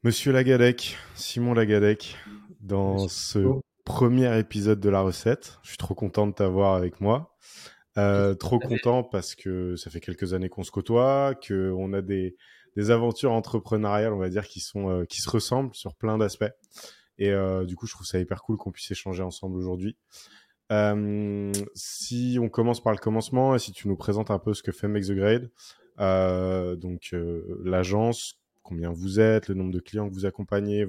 Monsieur Lagadec, Simon Lagadec, dans Monsieur ce Pico. premier épisode de la recette. Je suis trop content de t'avoir avec moi. Trop content parce que ça fait quelques années qu'on se côtoie, qu'on a des aventures entrepreneuriales, on va dire, qui se ressemblent sur plein d'aspects. Et du coup, je trouve ça hyper cool qu'on puisse échanger ensemble aujourd'hui. Si on commence par le commencement, et si tu nous présentes un peu ce que fait Make the Grade, l'agence, combien vous êtes, le nombre de clients que vous accompagnez,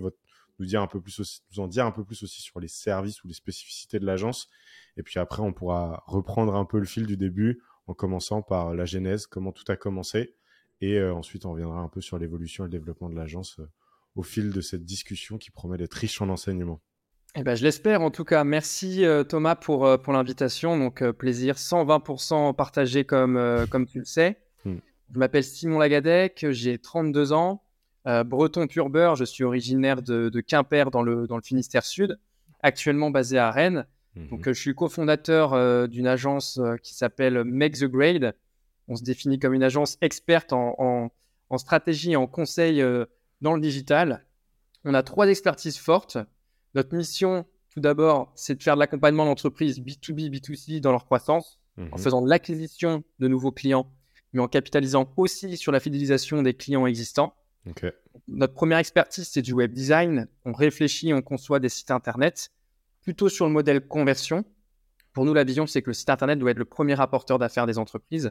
nous en dire un peu plus aussi sur les services ou les spécificités de l'agence. Et puis après, on pourra reprendre un peu le fil du début en commençant par la genèse, comment tout a commencé. Et ensuite, on reviendra un peu sur l'évolution et le développement de l'agence au fil de cette discussion qui promet d'être riche en enseignements. Eh ben, je l'espère en tout cas. Merci Thomas pour l'invitation. Donc plaisir 120% partagé comme tu le sais. Hmm. Je m'appelle Simon Lagadec, j'ai 32 ans, breton pur beurre. Je suis originaire de Quimper dans le Finistère Sud, actuellement basé à Rennes. Mhm. Donc je suis cofondateur d'une agence qui s'appelle Make the Grade. On se définit comme une agence experte en stratégie et en conseil dans le digital. On a 3 expertises fortes. Notre mission, tout d'abord, c'est de faire de l'accompagnement d'entreprises B2B, B2C dans leur croissance, en Mhm. faisant de l'acquisition de nouveaux clients, mais en capitalisant aussi sur la fidélisation des clients existants. Ok. Notre première expertise, c'est du web design. On réfléchit, on conçoit des sites Internet, plutôt sur le modèle conversion. Pour nous, la vision, c'est que le site Internet doit être le premier apporteur d'affaires des entreprises.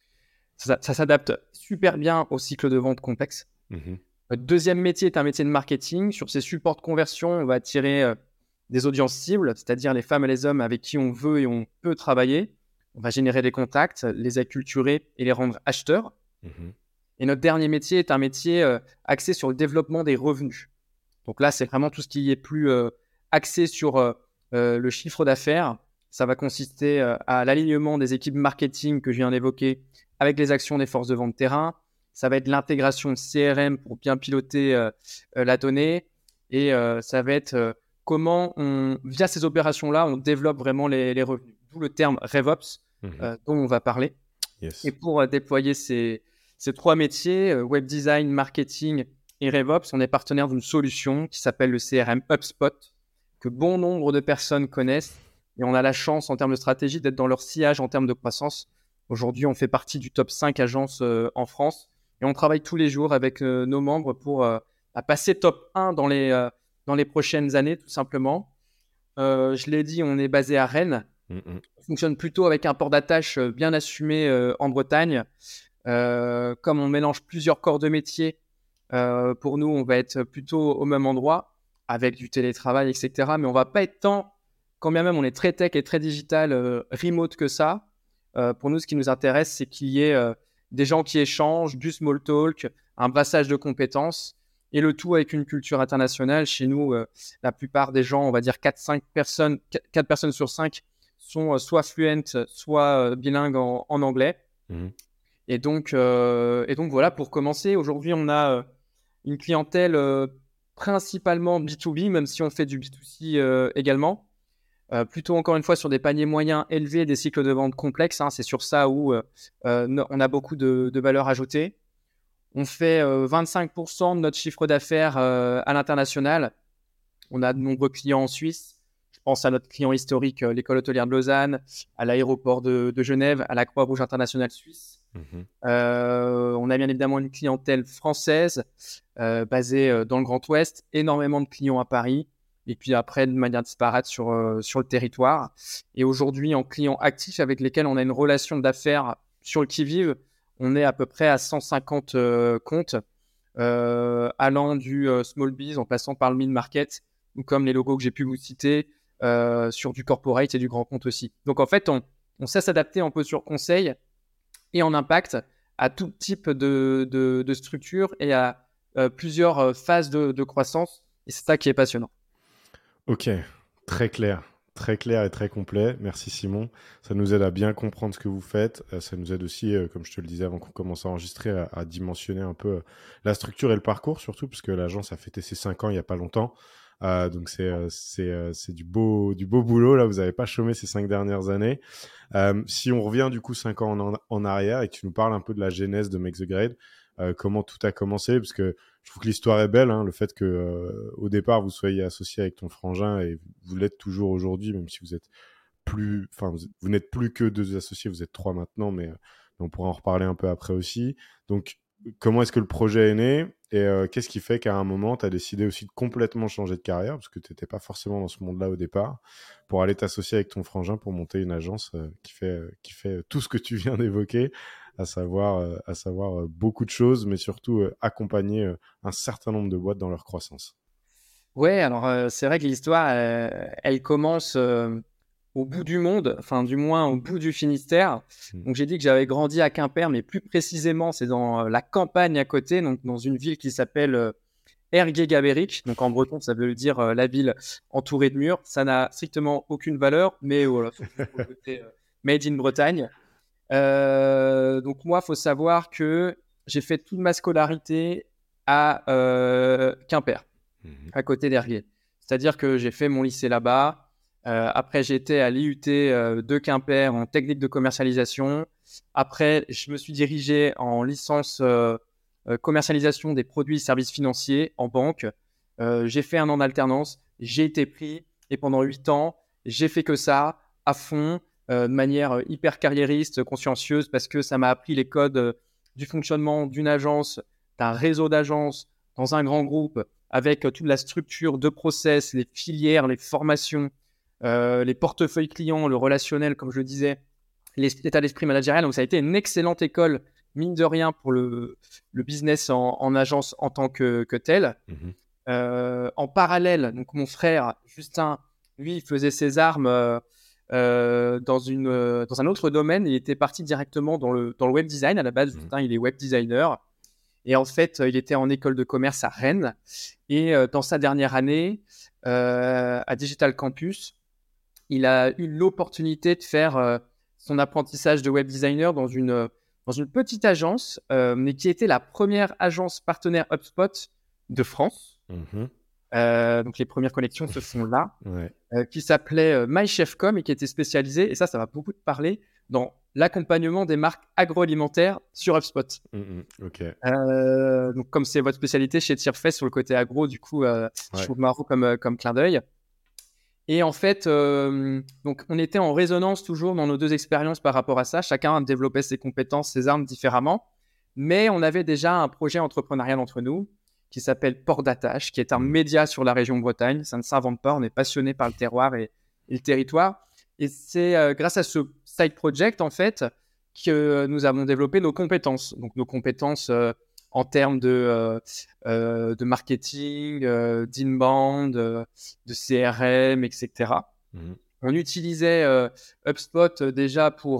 Ça s'adapte super bien au cycle de vente complexe. Mhm. Notre deuxième métier est un métier de marketing. Sur ces supports de conversion, on va attirer des audiences cibles, c'est-à-dire les femmes et les hommes avec qui on veut et on peut travailler. On va générer des contacts, les acculturer et les rendre acheteurs. Mhm. Et notre dernier métier est un métier axé sur le développement des revenus. Donc là, c'est vraiment tout ce qui est plus axé sur le chiffre d'affaires. Ça va consister à l'alignement des équipes marketing que je viens d'évoquer avec les actions des forces de vente terrain. Ça va être l'intégration de CRM pour bien piloter la donnée. Et ça va être comment, via ces opérations-là, on développe vraiment les revenus. D'où le terme RevOps Mhm. dont on va parler. Et Yes. pour déployer ces 3 métiers, web design, marketing et RevOps, on est partenaire d'une solution qui s'appelle le CRM HubSpot, que bon nombre de personnes connaissent. Et on a la chance, en termes de stratégie, d'être dans leur sillage en termes de croissance. Aujourd'hui, on fait partie du top 5 agences en France. Et on travaille tous les jours avec nos membres pour passer top 1 dans les prochaines années, tout simplement. Je l'ai dit, on est basé à Rennes. Mhm. On fonctionne plutôt avec un port d'attache bien assumé en Bretagne. Comme on mélange plusieurs corps de métier, pour nous, on va être plutôt au même endroit avec du télétravail, etc. Mais on va pas être tant, quand bien même on est très tech et très digital, remote que ça. Pour nous, ce qui nous intéresse, c'est qu'il y ait des gens qui échangent, du small talk, un brassage de compétences et le tout avec une culture internationale. Chez nous, la plupart des gens, on va dire 4 personnes sur 5 sont soit fluentes, soit bilingues en anglais. Mhm. Et donc voilà, pour commencer, aujourd'hui, on a une clientèle principalement B2B, même si on fait du B2C également. Plutôt encore une fois sur des paniers moyens élevés, des cycles de vente complexes, hein. C'est sur ça où on a beaucoup de valeur ajoutée. On fait 25% de notre chiffre d'affaires à l'international. On a de nombreux clients en Suisse. Je pense à notre client historique, l'école hôtelière de Lausanne, à l'aéroport de Genève, à la Croix-Rouge internationale suisse. Mhm. On a bien évidemment une clientèle française basée dans le Grand Ouest, énormément de clients à Paris, et puis après de manière disparate sur le territoire. Et aujourd'hui, en clients actifs avec lesquels on a une relation d'affaires sur le qui-vive, on est à peu près à 150 comptes, allant du small biz en passant par le mid-market, ou comme les logos que j'ai pu vous citer, sur du corporate et du grand compte aussi. Donc en fait, on sait s'adapter un peu sur conseil et en impact à tout type de structure et à plusieurs phases de croissance. Et c'est ça qui est passionnant. Ok, très clair et très complet. Merci Simon. Ça nous aide à bien comprendre ce que vous faites. Ça nous aide aussi, comme je te le disais avant qu'on commence à enregistrer, à dimensionner un peu la structure et le parcours, surtout parce que l'agence a fêté ses 5 ans il y a pas longtemps. Donc c'est du beau boulot là. Vous n'avez pas chômé ces 5 dernières années. Si on revient du coup 5 ans en arrière et que tu nous parles un peu de la genèse de Make the Grade, comment tout a commencé, parce que je trouve que l'histoire est belle, hein, le fait que au départ vous soyez associé avec ton frangin et vous l'êtes toujours aujourd'hui, même si vous êtes plus, enfin vous n'êtes plus que deux associés, vous êtes trois maintenant, mais on pourra en reparler un peu après aussi. Donc comment est-ce que le projet est né et qu'est-ce qui fait qu'à un moment tu as décidé aussi de complètement changer de carrière parce que tu n'étais pas forcément dans ce monde-là au départ pour aller t'associer avec ton frangin pour monter une agence qui fait tout ce que tu viens d'évoquer, à savoir beaucoup de choses, mais surtout accompagner un certain nombre de boîtes dans leur croissance. Ouais, alors c'est vrai que l'histoire, elle commence au bout du monde, enfin du moins au bout du Finistère. Donc j'ai dit que j'avais grandi à Quimper, mais plus précisément, c'est dans la campagne à côté, donc dans une ville qui s'appelle Ergué-Gabéric. Donc en breton, ça veut dire la ville entourée de murs. Ça n'a strictement aucune valeur, mais voilà, c'est juste pour le côté made in Bretagne. Donc moi, il faut savoir que j'ai fait toute ma scolarité à Quimper, à côté d'Ergué. C'est-à-dire que j'ai fait mon lycée là-bas. Après, j'étais à l'IUT de Quimper en technique de commercialisation. Après, je me suis dirigé en licence commercialisation des produits et services financiers en banque. J'ai fait un an d'alternance. J'ai été pris et pendant 8 ans, j'ai fait que ça à fond, de manière hyper carriériste, consciencieuse, parce que ça m'a appris les codes du fonctionnement d'une agence, d'un réseau d'agences dans un grand groupe, avec toute la structure de process, les filières, les formations, les portefeuilles clients, le relationnel, comme je le disais, l'état d'esprit managérial. Donc, ça a été une excellente école, mine de rien, pour le business en agence en tant que tel. En parallèle, donc mon frère Justin, lui, il faisait ses armes dans un autre domaine. Il était parti directement dans le web design. À la base, Justin, il est web designer. Et en fait, il était en école de commerce à Rennes. Et dans sa dernière année, à Digital Campus, il a eu l'opportunité de faire son apprentissage de web designer dans une petite agence, mais qui était la première agence partenaire HubSpot de France. Donc les premières connexions se font là, qui s'appelait MyChefcom et qui était spécialisée, et ça va beaucoup te parler, dans l'accompagnement des marques agroalimentaires sur HubSpot. Donc comme c'est votre spécialité chez Tierfest sur le côté agro, du coup, je trouve marrant comme clin d'œil. Et en fait, donc on était en résonance toujours dans nos deux expériences par rapport à ça. Chacun développait ses compétences, ses armes différemment, mais on avait déjà un projet entrepreneurial entre nous qui s'appelle Port d'Attache, qui est un média sur la région Bretagne. Ça ne s'invente pas, on est passionné par le terroir et le territoire. Et c'est grâce à ce side project, en fait, que nous avons développé nos compétences. Donc nos compétences en termes de marketing, d'inbound, de CRM, etc. On utilisait HubSpot déjà pour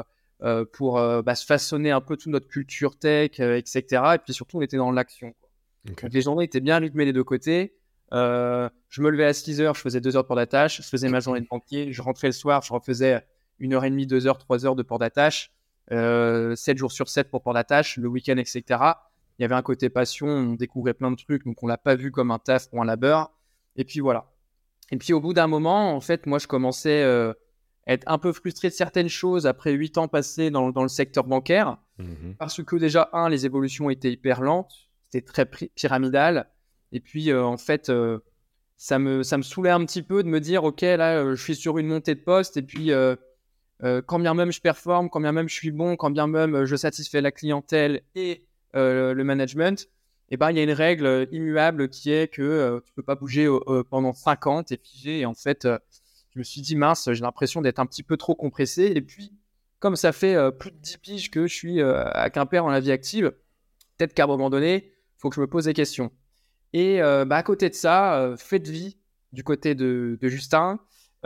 se façonner un peu toute notre culture tech, etc. Et puis surtout, on était dans l'action. Donc les journées étaient bien rythmées des deux côtés. Je me levais à 6 heures, je faisais 2 heures de port d'attache, je faisais ma journée de banquier, je rentrais le soir, je refaisais 1h30, 2 heures, 3 heures de port d'attache, 7 jours sur 7 pour port d'attache, le week-end, etc. Il y avait un côté passion, on découvrait plein de trucs, donc on l'a pas vu comme un taf ou un labeur. Et puis voilà. Et puis au bout d'un moment, en fait, moi je commençais à être un peu frustré de certaines choses après 8 ans passés dans le secteur bancaire, parce que déjà, les évolutions étaient hyper lentes, c'était très pyramidal. Et puis, en fait, ça me saoulait un petit peu de me dire, OK, là, je suis sur une montée de poste. Et puis, quand bien même je performe, quand bien même je suis bon, quand bien même je satisfais la clientèle et le management, il y a une règle immuable qui est que tu ne peux pas bouger pendant 5 ans, tu es figé. Et en fait, je me suis dit, mince, j'ai l'impression d'être un petit peu trop compressé. Et puis, comme ça fait plus de 10 piges que je suis à Quimper en la vie active, peut-être qu'à un moment donné, il faut que je me pose des questions. Et à côté de ça, fait de vie du côté de Justin,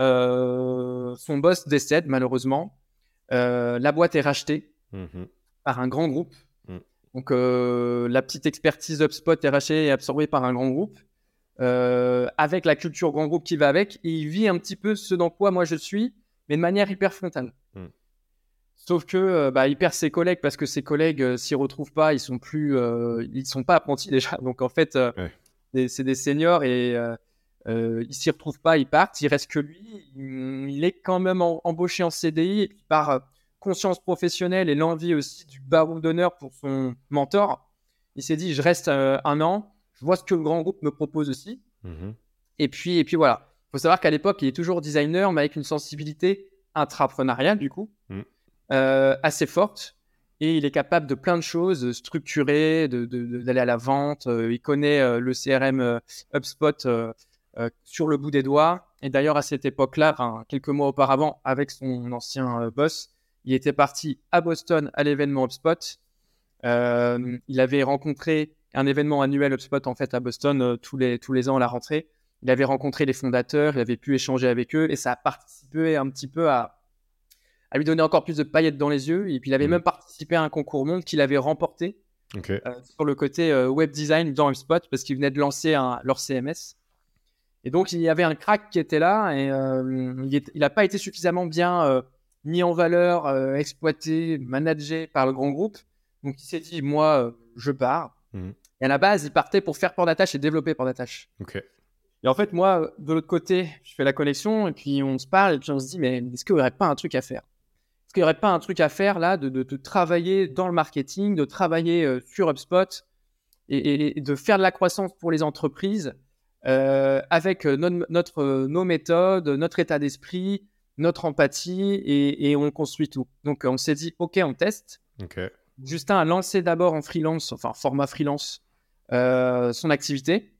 son boss décède malheureusement. La boîte est rachetée par un grand groupe. Donc la petite expertise HubSpot est rachetée et absorbée par un grand groupe, avec la culture grand groupe qui va avec. Et il vit un petit peu ce dans quoi moi je suis, mais de manière hyper frontale. Sauf que il perd ses collègues parce que ses collègues s'y retrouvent pas, ils sont pas apprentis déjà. Donc en fait, c'est des seniors et ils s'y retrouvent pas, ils partent. Il reste que lui. Il est quand même embauché en CDI et puis par conscience professionnelle et l'envie aussi du baron d'honneur pour son mentor, Il s'est dit, je reste 1 an, je vois ce que le grand groupe me propose aussi. Mhm. Et puis voilà. Il faut savoir qu'à l'époque, il est toujours designer, mais avec une sensibilité intrapreneuriale, du coup, Mm. assez forte. Et il est capable de plein de choses, structurer, d'aller à la vente. Il connaît le CRM HubSpot sur le bout des doigts. Et d'ailleurs, à cette époque-là, quelques mois auparavant, avec son ancien boss, il était parti à Boston à l'événement HubSpot. Il avait rencontré un événement annuel HubSpot en fait à Boston tous les ans à la rentrée. Il avait rencontré les fondateurs, il avait pu échanger avec eux et ça a participé un petit peu à lui donner encore plus de paillettes dans les yeux. Et puis il avait même participé à un concours monde qu'il avait remporté Ok. sur le côté web design dans HubSpot parce qu'il venait de lancer leur CMS. Et donc il y avait un crack qui était là et il n'a pas été suffisamment bien mis en valeur, exploité, managé par le grand groupe. Donc il s'est dit, moi, je pars. Mhm. Et à la base, il partait pour faire Port d'Attache et développer Port d'Attache. Ok. Et en fait, moi, de l'autre côté, je fais la connexion et puis on se parle et puis on se dit, mais est-ce qu'il n'y aurait pas un truc à faire? Est-ce qu'il n'y aurait pas un truc à faire là de travailler dans le marketing, de travailler sur HubSpot et de faire de la croissance pour les entreprises avec nos méthodes, notre état d'esprit, notre empathie et on construit tout. Donc on s'est dit, OK, on teste. Ok. Justin a lancé d'abord en freelance, enfin format freelance, son activité.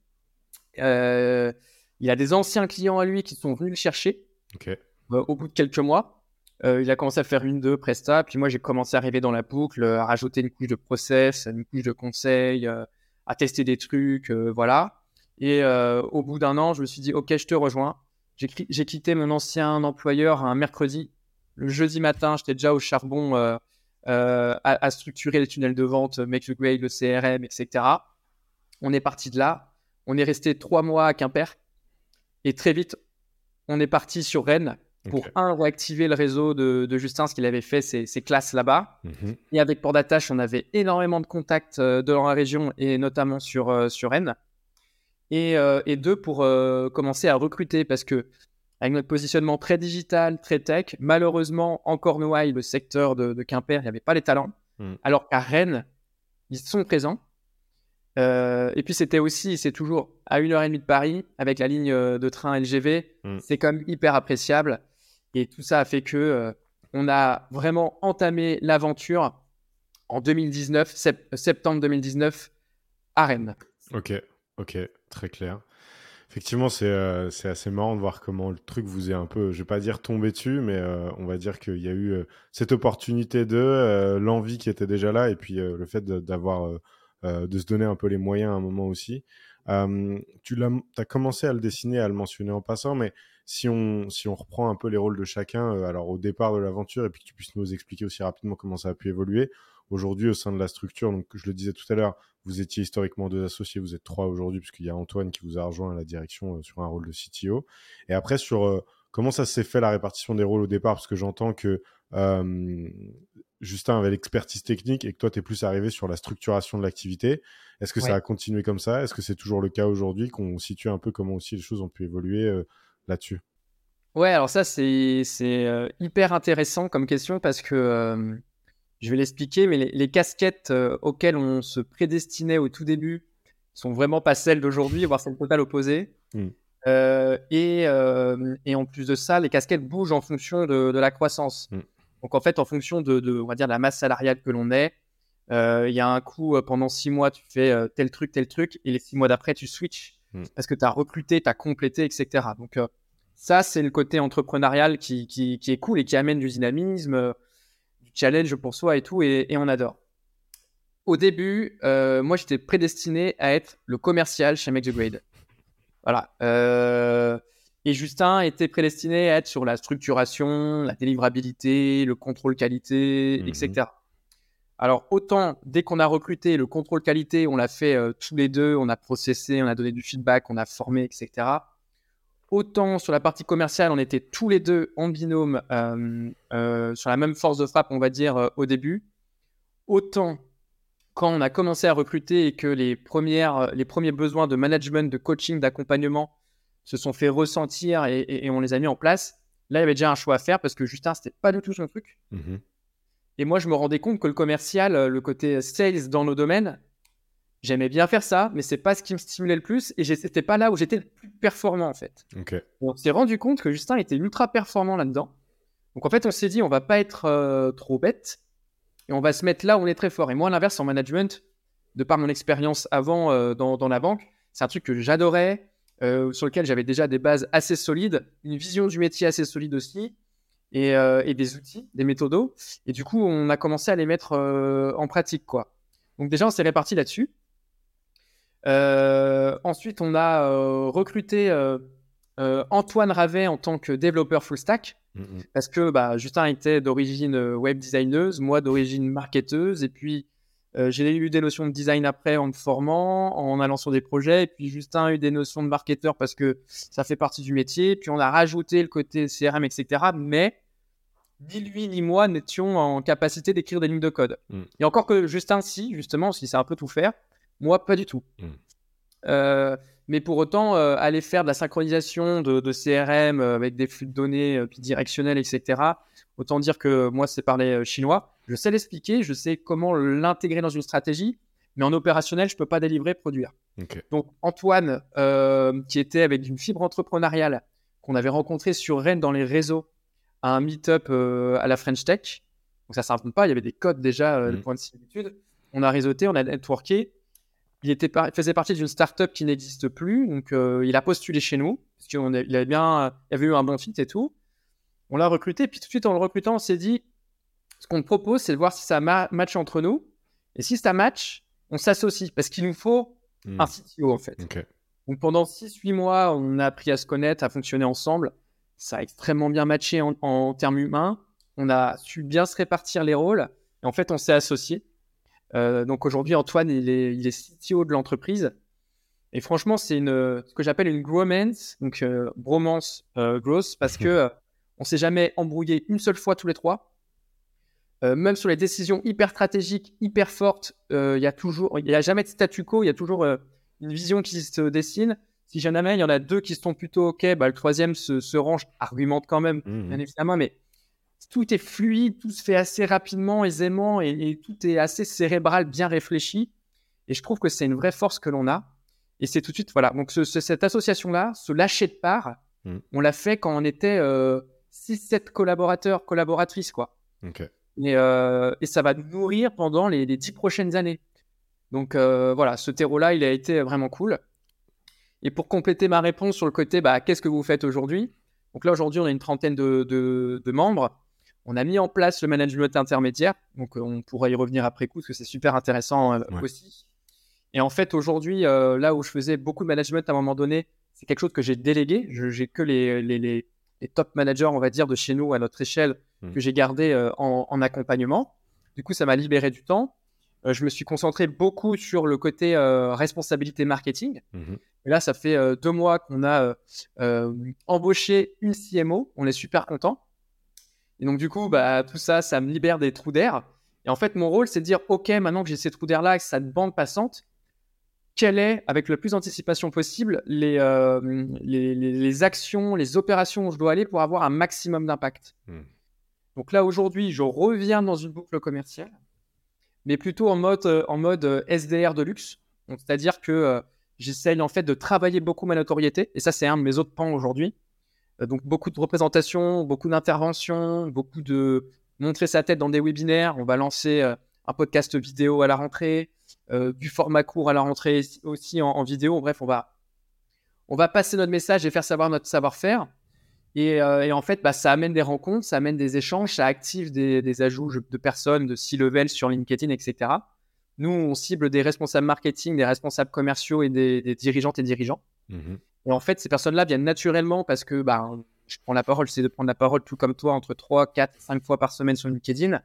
Il a des anciens clients à lui qui sont venus le chercher Ok. au bout de quelques mois. Il a commencé à faire 1-2 prestats, puis moi j'ai commencé à arriver dans la boucle, à rajouter une couche de process, une couche de conseils, à tester des trucs, voilà. Et au bout d'1 an, je me suis dit, OK, je te rejoins. J'ai quitté mon ancien employeur un mercredi. Le jeudi matin, j'étais déjà au charbon à structurer les tunnels de vente, Make the Grade, le CRM, etc. On est parti de là. On est resté 3 mois à Quimper. Et très vite, on est parti sur Rennes pour, Ok. réactiver le réseau de Justin, ce qu'il avait fait, ses classes là-bas. Mhm. Et avec Port d'Attache, on avait énormément de contacts dans la région et notamment sur Rennes. Et 2, pour commencer à recruter parce que avec notre positionnement très digital, très tech, malheureusement, en Cornouailles, le secteur de Quimper, il n'y avait pas les talents. Mm. Alors qu'à Rennes, ils sont présents. Et puis c'est toujours à 1h30 de Paris, avec la ligne de train LGV. Mm. C'est quand même hyper appréciable. Et tout ça a fait que on a vraiment entamé l'aventure en 2019, septembre 2019, à Rennes. Ok. Ok. Très clair. Effectivement, c'est assez marrant de voir comment le truc vous est un peu, je vais pas dire tombé dessus, mais on va dire qu'il y a eu cette opportunité l'envie qui était déjà là, et puis le fait de se donner un peu les moyens à un moment aussi. T'as commencé à le dessiner, à le mentionner en passant, mais si on reprend un peu les rôles de chacun, alors au départ de l'aventure, et puis que tu puisses nous expliquer aussi rapidement comment ça a pu évoluer. Aujourd'hui, au sein de la structure, donc je le disais tout à l'heure, vous étiez historiquement 2 associés, vous êtes 3 aujourd'hui, puisqu'il y a Antoine qui vous a rejoint à la direction sur un rôle de CTO. Et après, sur comment ça s'est fait la répartition des rôles au départ, parce que j'entends que Justin avait l'expertise technique et que toi, tu es plus arrivé sur la structuration de l'activité. Est-ce que ça Ouais. a continué comme ça? Est-ce que c'est toujours le cas aujourd'hui, qu'on situe un peu comment aussi les choses ont pu évoluer là-dessus? Ouais, alors ça, c'est hyper intéressant comme question parce que je vais l'expliquer, mais les casquettes auxquelles on se prédestinait au tout début sont vraiment pas celles d'aujourd'hui, voire c'est le total opposé. Mm. Et en plus de ça, les casquettes bougent en fonction de la croissance. Mm. Donc en fait, en fonction on va dire, de la masse salariale que l'on est, il y a un coup, pendant 6 mois, tu fais tel truc, et les 6 mois d'après, tu switches parce que tu as recruté, tu as complété, etc. Donc ça, c'est le côté entrepreneurial qui est cool et qui amène du dynamisme, du challenge pour soi et tout, et on adore. Au début, moi, j'étais prédestiné à être le commercial chez Make the Grade. Voilà. Et Justin était prédestiné à être sur la structuration, la délivrabilité, le contrôle qualité, etc. Alors, autant, dès qu'on a recruté le contrôle qualité, on l'a fait tous les deux, on a processé, on a donné du feedback, on a formé, etc. Autant sur la partie commerciale, on était tous les deux en binôme sur la même force de frappe, on va dire, au début. Autant, quand on a commencé à recruter et que les premiers besoins de management, de coaching, d'accompagnement se sont fait ressentir et on les a mis en place, là, il y avait déjà un choix à faire parce que Justin, c'était pas du tout son truc. Et moi, je me rendais compte que le commercial, le côté sales dans nos domaines, J'aimais bien faire ça, mais c'est pas ce qui me stimulait le plus et c'était pas là où j'étais le plus performant en fait. Ok. On s'est rendu compte que Justin était ultra performant là-dedans. Donc en fait, on s'est dit, on va pas être trop bête et on va se mettre là où on est très fort. Et moi, à l'inverse, en management, de par mon expérience avant dans la banque, c'est un truc que j'adorais, sur lequel j'avais déjà des bases assez solides, une vision du métier assez solide aussi, et des outils, des méthodos. Et du coup, on a commencé à les mettre en pratique, quoi. Donc déjà, on s'est répartis là-dessus. Ensuite, on a recruté Antoine Ravet en tant que développeur full stack. Parce que Justin était d'origine web designeuse, moi d'origine marketeuse, et puis j'ai eu des notions de design après en me formant, en allant sur des projets, et puis Justin a eu des notions de marketeur parce que ça fait partie du métier, puis on a rajouté le côté CRM, etc. Mais ni lui ni moi n'étions en capacité d'écrire des lignes de code. Et encore que Justin, si, justement, parce qu'il sait un peu tout faire, moi pas du tout. Mais pour autant, aller faire de la synchronisation de CRM avec des flux de données bidirectionnels, etc., autant dire que moi, c'est parler chinois. Je sais l'expliquer, je sais comment l'intégrer dans une stratégie, mais en opérationnel, je ne peux pas délivrer, produire. Okay. Donc, Antoine, qui était avec une fibre entrepreneuriale qu'on avait rencontré sur Rennes dans les réseaux, à un meet-up à la French Tech. Donc, ça ne s'invente pas, il y avait des codes déjà, des points de similitude. On a réseauté, on a networké. Il faisait partie d'une startup qui n'existe plus, donc il a postulé chez nous, parce qu'il il avait eu un bon fit et tout. On l'a recruté, puis tout de suite en le recrutant, on s'est dit, ce qu'on te propose, c'est de voir si ça match entre nous, et si ça match, on s'associe, parce qu'il nous faut un CTO en fait. Okay. Donc pendant 6-8 mois, on a appris à se connaître, à fonctionner ensemble. Ça a extrêmement bien matché en termes humains. On a su bien se répartir les rôles, et en fait, on s'est associés. Donc aujourd'hui, Antoine, il est CTO de l'entreprise. Et franchement, c'est ce que j'appelle une gromance, donc bromance growth, parce que on s'est jamais embrouillé une seule fois tous les trois. Même sur les décisions hyper stratégiques, hyper fortes, il y a jamais de statu quo, il y a toujours une vision qui se dessine. Si jamais il y en a deux qui sont plutôt OK, le troisième se range, argumente quand même, bien évidemment, mais tout est fluide, tout se fait assez rapidement, aisément, et tout est assez cérébral, bien réfléchi. Et je trouve que c'est une vraie force que l'on a. Et c'est tout de suite, voilà. Donc, cette association-là, ce lâcher de part, on l'a fait quand on était 6-7 collaborateurs, collaboratrices, quoi. Okay. Et ça va nous nourrir pendant les 10 prochaines années. Donc, voilà, ce terreau-là, il a été vraiment cool. Et pour compléter ma réponse sur le côté, qu'est-ce que vous faites aujourd'hui ? Donc là, aujourd'hui, on a une trentaine de membres. On a mis en place le management intermédiaire, donc on pourra y revenir après coup, parce que c'est super intéressant aussi. Et en fait, aujourd'hui, là où je faisais beaucoup de management à un moment donné, c'est quelque chose que j'ai délégué. J'ai que les top managers, on va dire, de chez nous, à notre échelle, que j'ai gardé en accompagnement. Du coup, ça m'a libéré du temps. Je me suis concentré beaucoup sur le côté responsabilité marketing. Et là, ça fait 2 mois qu'on a embauché une CMO. On est super contents. Et donc, du coup, tout ça, ça me libère des trous d'air. Et en fait, mon rôle, c'est de dire, OK, maintenant que j'ai ces trous d'air-là, que cette bande passante, quelle est, avec le plus d'anticipation possible, les actions, les opérations où je dois aller pour avoir un maximum d'impact. Donc là, aujourd'hui, je reviens dans une boucle commerciale, mais plutôt en mode SDR de luxe. Donc, c'est-à-dire que j'essaye en fait de travailler beaucoup ma notoriété. Et ça, c'est un de mes autres pans aujourd'hui. Donc, beaucoup de représentations, beaucoup d'interventions, beaucoup de montrer sa tête dans des webinaires. On va lancer un podcast vidéo à la rentrée, du format court à la rentrée aussi en vidéo. Bref, on va passer notre message et faire savoir notre savoir-faire. Et en fait, ça amène des rencontres, ça amène des échanges, ça active des ajouts de personnes de C-level sur LinkedIn, etc. Nous, on cible des responsables marketing, des responsables commerciaux et des dirigeantes et dirigeants. Et en fait, ces personnes-là viennent naturellement parce que je prends la parole, c'est de prendre la parole tout comme toi entre 3, 4, 5 fois par semaine sur LinkedIn.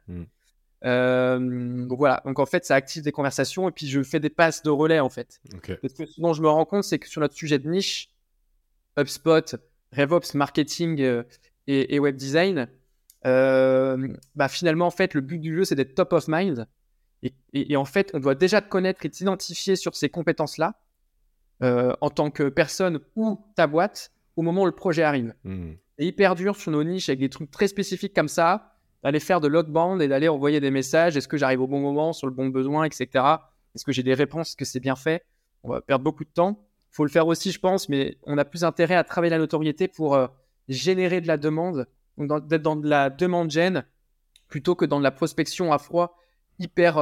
Donc voilà, donc en fait, ça active des conversations et puis je fais des passes de relais en fait. Okay. Parce que ce dont je me rends compte, c'est que sur notre sujet de niche, HubSpot, RevOps, marketing et web design, finalement, en fait, le but du jeu, c'est d'être top of mind. Et en fait, on doit déjà te connaître et t'identifier sur ces compétences-là en tant que personne ou ta boîte au moment où le projet arrive. C'est hyper dur sur nos niches avec des trucs très spécifiques comme ça, d'aller faire de l'outbound et d'aller envoyer des messages. Est-ce que j'arrive au bon moment, sur le bon besoin, etc. Est-ce que j'ai des réponses? Est-ce que c'est bien fait? On va perdre beaucoup de temps. Il faut le faire aussi, je pense, mais on a plus intérêt à travailler la notoriété pour générer de la demande, donc d'être dans de la demande gen plutôt que dans de la prospection à froid hyper,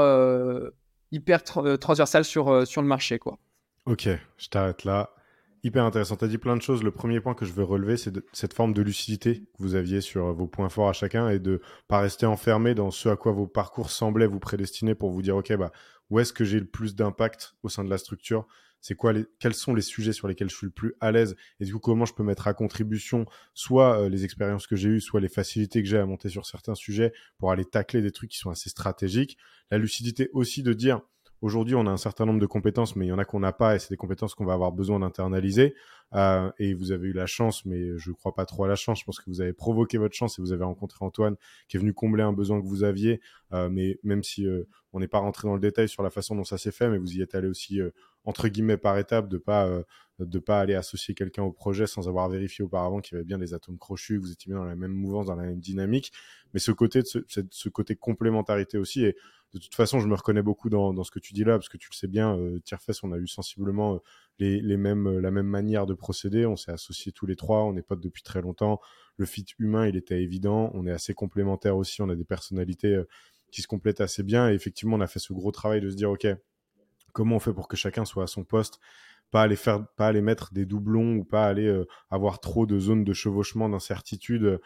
transversale sur le marché, quoi. Ok, je t'arrête là. Hyper intéressant. Tu as dit plein de choses. Le premier point que je veux relever, c'est cette forme de lucidité que vous aviez sur vos points forts à chacun et de pas rester enfermé dans ce à quoi vos parcours semblaient vous prédestiner pour vous dire, OK, bah, où est-ce que j'ai le plus d'impact au sein de la structure? Quels sont les sujets sur lesquels je suis le plus à l'aise? Et du coup, comment je peux mettre à contribution soit les expériences que j'ai eues, soit les facilités que j'ai à monter sur certains sujets pour aller tacler des trucs qui sont assez stratégiques. La lucidité aussi de dire, aujourd'hui, on a un certain nombre de compétences, mais il y en a qu'on n'a pas et c'est des compétences qu'on va avoir besoin d'internaliser. Et vous avez eu la chance, mais je ne crois pas trop à la chance. Je pense que vous avez provoqué votre chance et vous avez rencontré Antoine qui est venu combler un besoin que vous aviez. Mais même si on n'est pas rentré dans le détail sur la façon dont ça s'est fait, mais vous y êtes allé aussi, entre guillemets, par étapes, de pas aller associer quelqu'un au projet sans avoir vérifié auparavant qu'il y avait bien des atomes crochus, que vous étiez bien dans la même mouvance, dans la même dynamique. Mais ce côté complémentarité aussi. Et de toute façon, je me reconnais beaucoup dans ce que tu dis là, parce que tu le sais bien, Tierfest, on a eu sensiblement la même manière de procéder. On s'est associés tous les trois, on est potes depuis très longtemps. Le fit humain, il était évident. On est assez complémentaires aussi. On a des personnalités qui se complètent assez bien. Et effectivement, on a fait ce gros travail de se dire, OK, comment on fait pour que chacun soit à son poste, pas aller mettre des doublons ou pas aller avoir trop de zones de chevauchement, d'incertitude,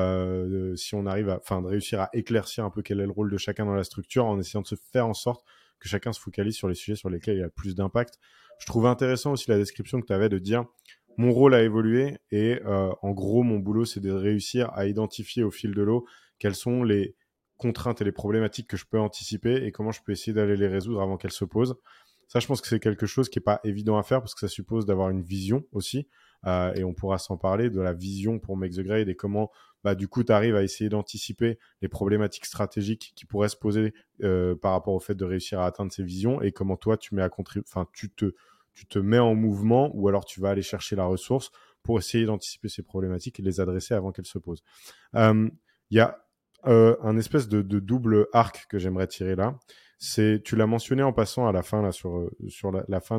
si on arrive de réussir à éclaircir un peu quel est le rôle de chacun dans la structure en essayant de se faire en sorte que chacun se focalise sur les sujets sur lesquels il a le plus d'impact. Je trouve intéressant aussi la description que tu avais de dire mon rôle a évolué et en gros mon boulot c'est de réussir à identifier au fil de l'eau quelles sont les contraintes et les problématiques que je peux anticiper et comment je peux essayer d'aller les résoudre avant qu'elles se posent. Ça, je pense que c'est quelque chose qui n'est pas évident à faire parce que ça suppose d'avoir une vision aussi. Et on pourra s'en parler de la vision pour Make the Grade et comment, du coup, tu arrives à essayer d'anticiper les problématiques stratégiques qui pourraient se poser par rapport au fait de réussir à atteindre ces visions et comment toi, tu te mets en mouvement ou alors tu vas aller chercher la ressource pour essayer d'anticiper ces problématiques et les adresser avant qu'elles se posent. Il y a un espèce de double arc que j'aimerais tirer là. Tu l'as mentionné en passant à la fin là sur la fin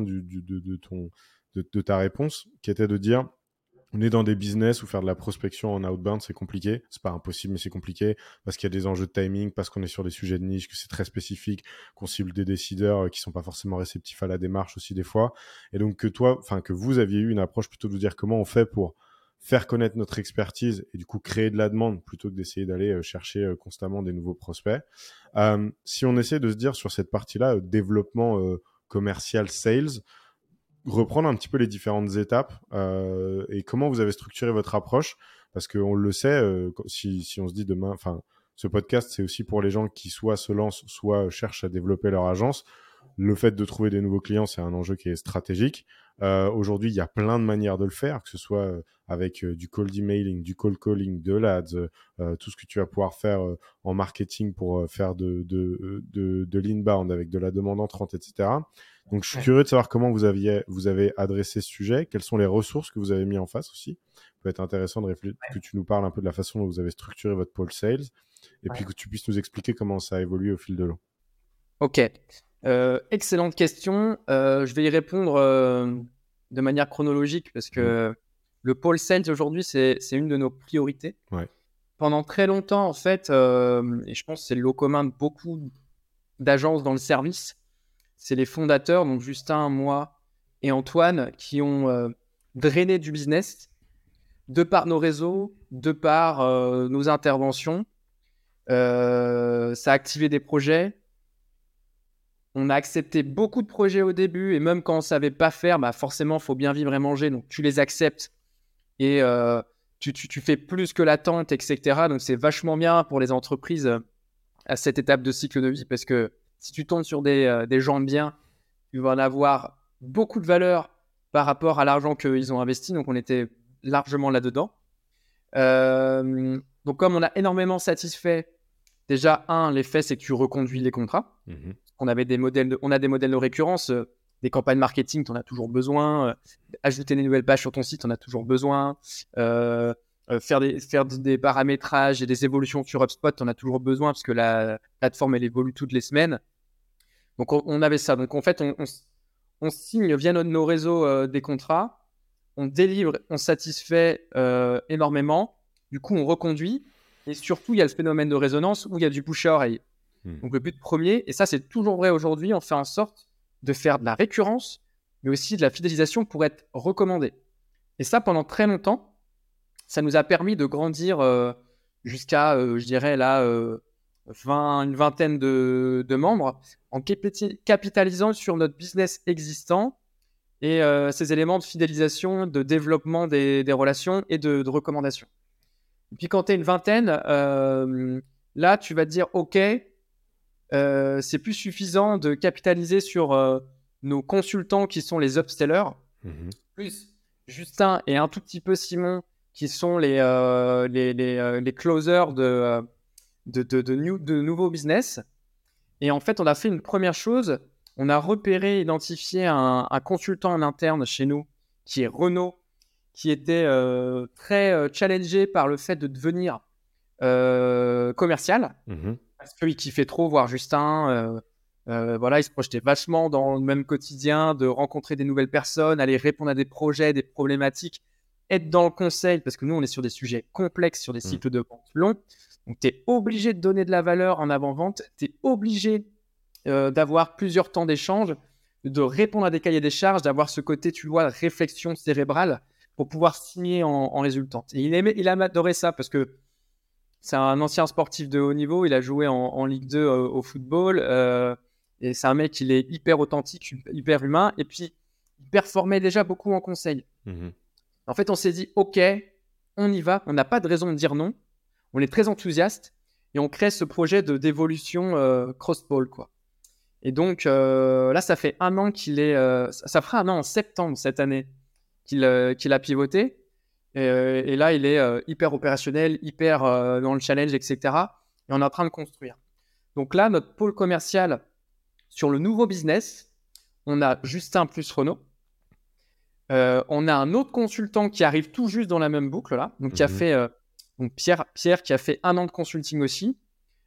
de ta réponse, qui était de dire on est dans des business où faire de la prospection en outbound c'est compliqué, c'est pas impossible mais c'est compliqué parce qu'il y a des enjeux de timing, parce qu'on est sur des sujets de niche, que c'est très spécifique, qu'on cible des décideurs qui sont pas forcément réceptifs à la démarche aussi des fois, et donc que vous aviez eu une approche plutôt de vous dire comment on fait pour faire connaître notre expertise et du coup créer de la demande plutôt que d'essayer d'aller chercher constamment des nouveaux prospects. Si on essaie de se dire sur cette partie-là, développement commercial, sales, reprendre un petit peu les différentes étapes et comment vous avez structuré votre approche, parce qu'on le sait, si on se dit demain, ce podcast, c'est aussi pour les gens qui soit se lancent, soit cherchent à développer leur agence. Le fait de trouver des nouveaux clients, c'est un enjeu qui est stratégique. Aujourd'hui, il y a plein de manières de le faire, que ce soit avec du cold emailing, du cold calling, de l'ads, tout ce que tu vas pouvoir faire en marketing pour faire de l'inbound avec de la demande entrante, etc. Donc, je suis curieux de savoir comment vous avez adressé ce sujet, quelles sont les ressources que vous avez mis en face aussi. Ça peut être intéressant que tu nous parles un peu de la façon dont vous avez structuré votre pôle sales et puis que tu puisses nous expliquer comment ça a évolué au fil de l'eau. Ok. Excellente question. Je vais y répondre de manière chronologique parce que le pôle sales aujourd'hui, c'est une de nos priorités. Ouais. Pendant très longtemps, en fait, et je pense que c'est le lot commun de beaucoup d'agences dans le service, c'est les fondateurs, donc Justin, moi et Antoine, qui ont drainé du business de par nos réseaux, de par nos interventions. Ça a activé des projets. On a accepté beaucoup de projets au début et même quand on ne savait pas faire, forcément, il faut bien vivre et manger. Donc, tu les acceptes et tu fais plus que l'attente, etc. Donc, c'est vachement bien pour les entreprises à cette étape de cycle de vie parce que si tu tombes sur des gens bien, tu vas en avoir beaucoup de valeur par rapport à l'argent qu'ils ont investi. Donc, on était largement là-dedans. Donc, comme on a énormément satisfait, déjà, l'effet, c'est que tu reconduis les contrats. On a des modèles de récurrence. Des campagnes marketing, tu en as toujours besoin. Ajouter des nouvelles pages sur ton site, tu en as toujours besoin. Faire des paramétrages et des évolutions sur HubSpot, tu en as toujours besoin parce que la plateforme, elle évolue toutes les semaines. Donc, on avait ça. Donc, en fait, on signe via nos réseaux des contrats, on délivre, on satisfait énormément. Du coup, on reconduit. Et surtout, il y a le phénomène de résonance où il y a du bouche à oreille. Donc, le but premier, et ça, c'est toujours vrai aujourd'hui, on fait en sorte de faire de la récurrence, mais aussi de la fidélisation pour être recommandé. Et ça, pendant très longtemps, ça nous a permis de grandir jusqu'à, je dirais là, une vingtaine de membres en capitalisant sur notre business existant et ces éléments de fidélisation, de développement des relations et de recommandation. Et puis quand tu es une vingtaine, là, tu vas te dire, OK, c'est plus suffisant de capitaliser sur nos consultants qui sont les upsellers, plus Justin et un tout petit peu Simon qui sont les closers de nouveaux business. Et en fait, on a fait une première chose. On a repéré, identifié un consultant en interne chez nous qui est Renaud, qui était très challengé par le fait de devenir commercial. Parce qu'il kiffait trop voir Justin. Voilà, il se projetait vachement dans le même quotidien, de rencontrer des nouvelles personnes, aller répondre à des projets, des problématiques, être dans le conseil, parce que nous, on est sur des sujets complexes, sur des cycles de vente longs. Donc, tu es obligé de donner de la valeur en avant-vente. Tu es obligé d'avoir plusieurs temps d'échange, de répondre à des cahiers des charges, d'avoir ce côté, tu vois, réflexion cérébrale pour pouvoir signer en résultante. Et il a adoré ça parce que c'est un ancien sportif de haut niveau. Il a joué en Ligue 2 au football. Et c'est un mec, il est hyper authentique, hyper humain. Et puis, il performait déjà beaucoup en conseil. En fait, on s'est dit, OK, on y va. On n'a pas de raison de dire non. On est très enthousiaste. Et on crée ce projet d'évolution cross-ball, quoi. Et donc, là, ça fait un an qu'il est... ça fera un an en septembre cette année qu'il a pivoté. Et là, il est hyper opérationnel, hyper dans le challenge, etc. Et on est en train de construire. Donc là, notre pôle commercial sur le nouveau business, on a Justin plus Renaud. On a un autre consultant qui arrive tout juste dans la même boucle, là. Donc, qui a fait... donc Pierre qui a fait un an de consulting aussi,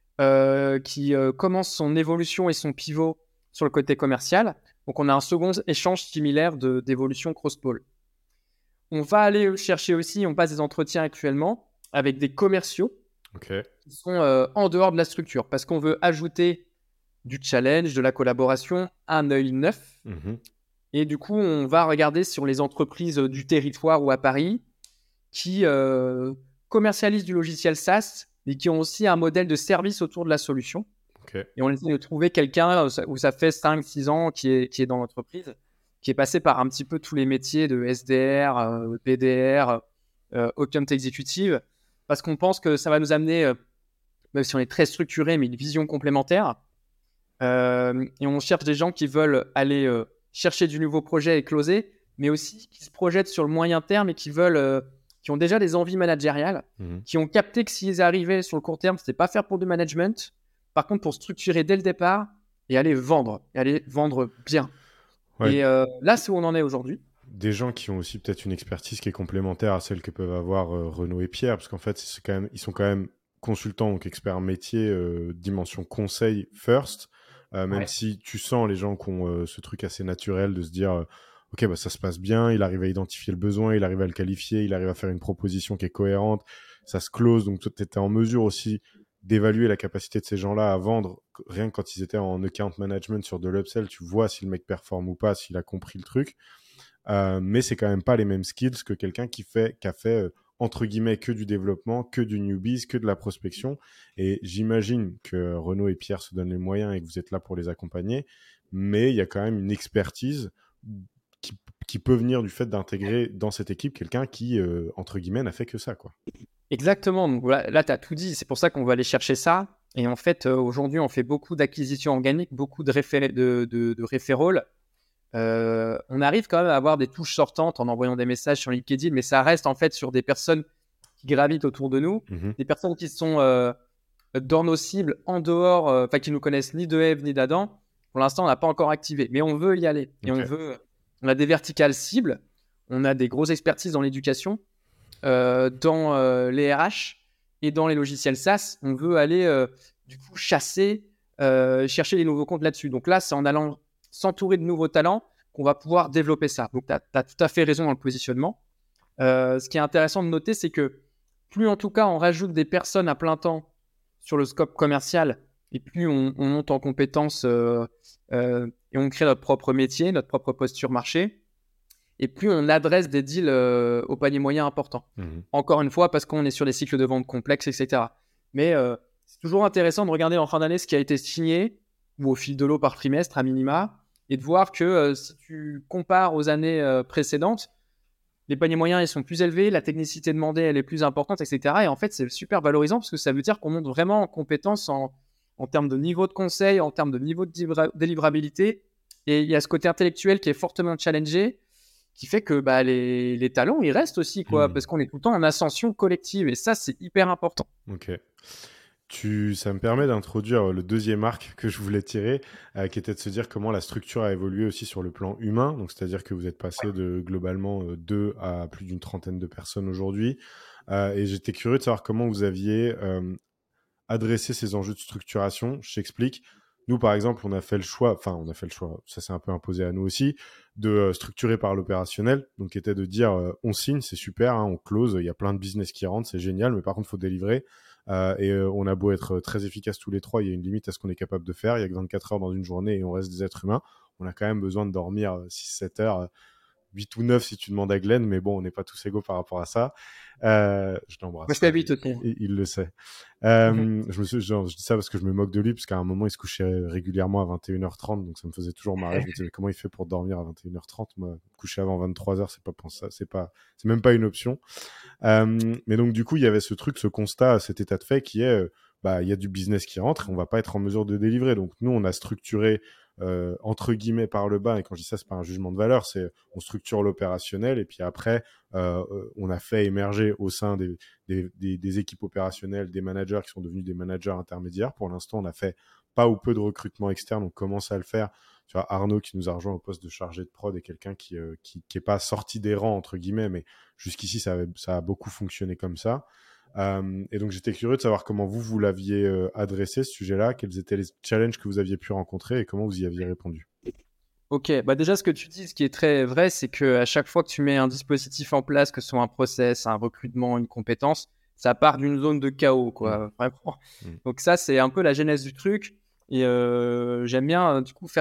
qui commence son évolution et son pivot sur le côté commercial. Donc, on a un second échange similaire d'évolution cross-pôle. On va aller chercher aussi, on passe des entretiens actuellement avec des commerciaux qui sont en dehors de la structure parce qu'on veut ajouter du challenge, de la collaboration, un œil neuf. Et du coup, on va regarder sur les entreprises du territoire ou à Paris qui commercialisent du logiciel SaaS mais qui ont aussi un modèle de service autour de la solution. Et on essaie de trouver quelqu'un où ça fait 5-6 ans qui est dans l'entreprise, qui est passé par un petit peu tous les métiers de SDR, BDR, Account Executive, parce qu'on pense que ça va nous amener, même si on est très structuré, mais une vision complémentaire. Et on cherche des gens qui veulent aller chercher du nouveau projet et closer, mais aussi qui se projettent sur le moyen terme et qui ont déjà des envies managériales, qui ont capté que s'ils arrivaient sur le court terme, c'était pas faire pour du management, par contre pour structurer dès le départ et aller vendre bien. Ouais. Et là, c'est où on en est aujourd'hui. Des gens qui ont aussi peut-être une expertise qui est complémentaire à celle que peuvent avoir Renaud et Pierre, parce qu'en fait, ils sont quand même consultants, donc experts métier, dimension conseil first, même si tu sens les gens qui ont ce truc assez naturel de se dire ok, bah, ça se passe bien, il arrive à identifier le besoin, il arrive à le qualifier, il arrive à faire une proposition qui est cohérente, ça se close, donc tu étais en mesure aussi d'évaluer la capacité de ces gens-là à vendre, rien que quand ils étaient en account management sur de l'upsell, tu vois si le mec performe ou pas, s'il a compris le truc. Mais c'est quand même pas les mêmes skills que quelqu'un qui a fait entre guillemets que du développement, que du newbies, que de la prospection. Et j'imagine que Renaud et Pierre se donnent les moyens et que vous êtes là pour les accompagner, mais il y a quand même une expertise qui peut venir du fait d'intégrer dans cette équipe quelqu'un qui, entre guillemets, n'a fait que ça, quoi. Exactement. Donc là tu as tout dit. C'est pour ça qu'on va aller chercher ça. Et en fait, aujourd'hui, on fait beaucoup d'acquisitions organiques, beaucoup de référals. On arrive quand même à avoir des touches sortantes en envoyant des messages sur LinkedIn, mais ça reste en fait sur des personnes qui gravitent autour de nous, des personnes qui sont dans nos cibles, en dehors, qui nous connaissent ni de Eve ni d'Adam. Pour l'instant, on n'a pas encore activé, mais on veut y aller. Et on a des verticales cibles, on a des grosses expertises dans l'éducation, dans les RH et dans les logiciels SaaS. On veut aller du coup chasser chercher des nouveaux comptes là-dessus. Donc là, c'est en allant s'entourer de nouveaux talents qu'on va pouvoir développer ça. Donc, tu as tout à fait raison dans le positionnement. Ce qui est intéressant de noter, c'est que plus en tout cas on rajoute des personnes à plein temps sur le scope commercial et plus on monte en compétences et on crée notre propre métier, notre propre posture marché, et plus on adresse des deals au panier moyen important. Encore une fois, parce qu'on est sur des cycles de vente complexes, etc. Mais c'est toujours intéressant de regarder en fin d'année ce qui a été signé ou au fil de l'eau par trimestre à minima et de voir que si tu compares aux années précédentes, les paniers moyens, ils sont plus élevés, la technicité demandée, elle est plus importante, etc. Et en fait, c'est super valorisant parce que ça veut dire qu'on monte vraiment en compétence en termes de niveau de conseil, en termes de niveau de délivrabilité. Et il y a ce côté intellectuel qui est fortement challengé, qui fait que les talents, ils restent aussi, quoi, parce qu'on est tout le temps en ascension collective. Et ça, c'est hyper important. Ok. Ça me permet d'introduire le deuxième arc que je voulais tirer, qui était de se dire comment la structure a évolué aussi sur le plan humain. Donc, c'est-à-dire que vous êtes passé de globalement 2 à plus d'une trentaine de personnes aujourd'hui. Et j'étais curieux de savoir comment vous aviez adressé ces enjeux de structuration. Je t'explique. Nous, par exemple, on a fait le choix, ça s'est un peu imposé à nous aussi, de structurer par l'opérationnel. Donc, qui était de dire, on signe, c'est super, hein, on close, il y a plein de business qui rentrent, c'est génial, mais par contre, il faut délivrer. On a beau être très efficaces tous les trois, il y a une limite à ce qu'on est capable de faire. Il y a que 24 heures dans une journée et on reste des êtres humains. On a quand même besoin de dormir 6-7 heures, 8 ou 9 si tu demandes à Glenn, mais bon, on n'est pas tous égaux par rapport à ça. Je l'embrasse. Moi, je t'habite aussi. Il le sait. Je dis ça parce que je me moque de lui, parce qu'à un moment, il se couchait régulièrement à 21h30, donc ça me faisait toujours marrer. Je me disais, mais comment il fait pour dormir à 21h30 ? Moi, coucher avant 23h, c'est même pas une option. Mais donc, du coup, il y avait ce constat, cet état de fait qui est, il y a du business qui rentre et on va pas être en mesure de délivrer. Donc, nous, on a structuré, entre guillemets, par le bas, et quand je dis ça, c'est pas un jugement de valeur, c'est on structure l'opérationnel et puis après, on a fait émerger au sein des équipes opérationnelles des managers qui sont devenus des managers intermédiaires. Pour l'instant, on a fait pas ou peu de recrutement externe, on commence à le faire. Tu vois, Arnaud qui nous a rejoint au poste de chargé de prod est quelqu'un qui est pas sorti des rangs, entre guillemets, mais jusqu'ici, ça a beaucoup fonctionné comme ça. Et donc, j'étais curieux de savoir comment vous l'aviez adressé, ce sujet-là, quels étaient les challenges que vous aviez pu rencontrer et comment vous y aviez répondu. Ok, déjà, ce que tu dis, ce qui est très vrai, c'est qu'à chaque fois que tu mets un dispositif en place, que ce soit un process, un recrutement, une compétence, ça part d'une zone de chaos, quoi, vraiment. Donc ça, c'est un peu la genèse du truc. Et j'aime bien, du coup, faire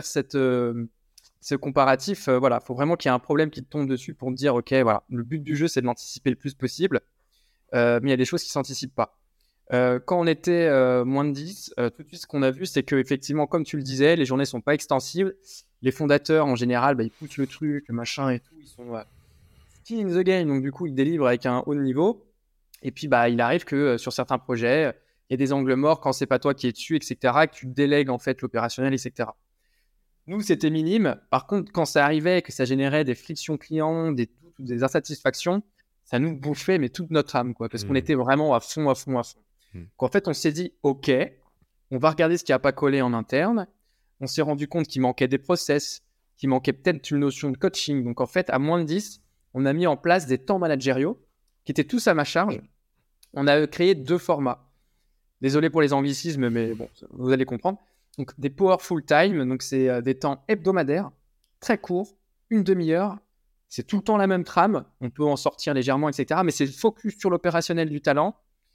ce comparatif. Voilà, il faut vraiment qu'il y ait un problème qui te tombe dessus pour te dire, ok, voilà, le but du jeu, c'est de l'anticiper le plus possible. Mais il y a des choses qui ne s'anticipent pas. Quand on était moins de 10, tout de suite, ce qu'on a vu, c'est qu'effectivement, comme tu le disais, les journées ne sont pas extensibles. Les fondateurs, en général, ils poussent le truc, le machin et tout. Ils sont skin in the game, donc du coup, ils délivrent avec un haut niveau. Et puis, il arrive que sur certains projets, il y a des angles morts quand c'est pas toi qui es dessus, etc., que tu délègues en fait l'opérationnel, etc. Nous, c'était minime. Par contre, quand ça arrivait, que ça générait des frictions clients, des doutes ou des insatisfactions, ça nous bouffait mais toute notre âme, quoi, parce qu'on était vraiment à fond. En fait, on s'est dit, ok, on va regarder ce qui n'a pas collé en interne. On s'est rendu compte qu'il manquait des process, qu'il manquait peut-être une notion de coaching. Donc, en fait, à moins de 10, on a mis en place des temps managériaux qui étaient tous à ma charge. On a créé 2 formats. Désolé pour les anglicismes, mais bon, vous allez comprendre. Donc, des power full time, donc c'est des temps hebdomadaires, très courts, une demi-heure. C'est tout le temps la même trame. On peut en sortir légèrement, etc. Mais c'est focus sur l'opérationnel du talent.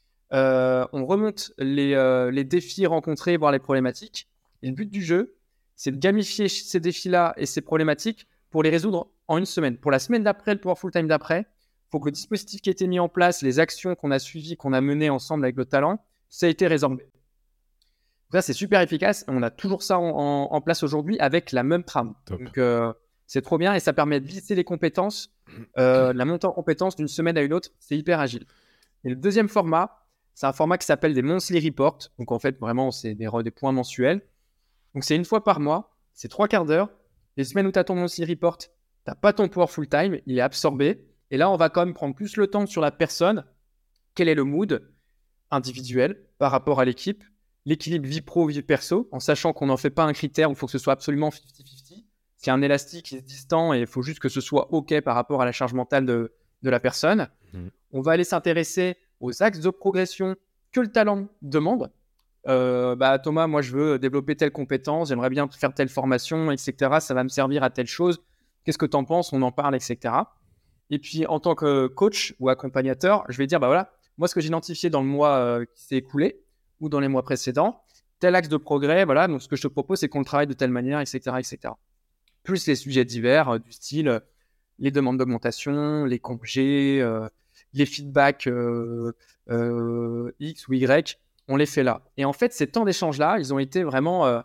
On remonte les défis rencontrés, voire les problématiques. Et le but du jeu, c'est de gamifier ces défis-là et ces problématiques pour les résoudre en une semaine. Pour la semaine d'après, le Power Full Time d'après, il faut que le dispositif qui a été mis en place, les actions qu'on a suivies, qu'on a menées ensemble avec le talent, ça a été résorbé. Donc ça, c'est super efficace. On a toujours ça en place aujourd'hui avec la même trame. Top. Donc, c'est trop bien et ça permet de visser les compétences, la montée en compétences d'une semaine à une autre. C'est hyper agile. Et le deuxième format, c'est un format qui s'appelle des monthly reports. Donc, en fait, vraiment, c'est des points mensuels. Donc, c'est une fois par mois. C'est 3 quarts d'heure. Les semaines où tu as ton monthly report, tu n'as pas ton power full time. Il est absorbé. Et là, on va quand même prendre plus le temps sur la personne. Quel est le mood individuel par rapport à l'équipe? L'équilibre vie pro, vie perso, en sachant qu'on n'en fait pas un critère où il faut que ce soit absolument 50-50. C'est un élastique qui est distant et il faut juste que ce soit OK par rapport à la charge mentale de la personne. On va aller s'intéresser aux axes de progression que le talent demande. bah Thomas, moi je veux développer telle compétence, j'aimerais bien faire telle formation, etc. Ça va me servir à telle chose. Qu'est-ce que tu en penses? On en parle, etc. Et puis en tant que coach ou accompagnateur, je vais dire, bah voilà, moi ce que j'ai identifié dans le mois qui s'est écoulé ou dans les mois précédents, tel axe de progrès, voilà, donc ce que je te propose, c'est qu'on le travaille de telle manière, etc., etc. Plus les sujets divers du style les demandes d'augmentation, les congés, les feedbacks X ou Y, on les fait là. Et en fait, ces temps d'échange-là, ils ont été vraiment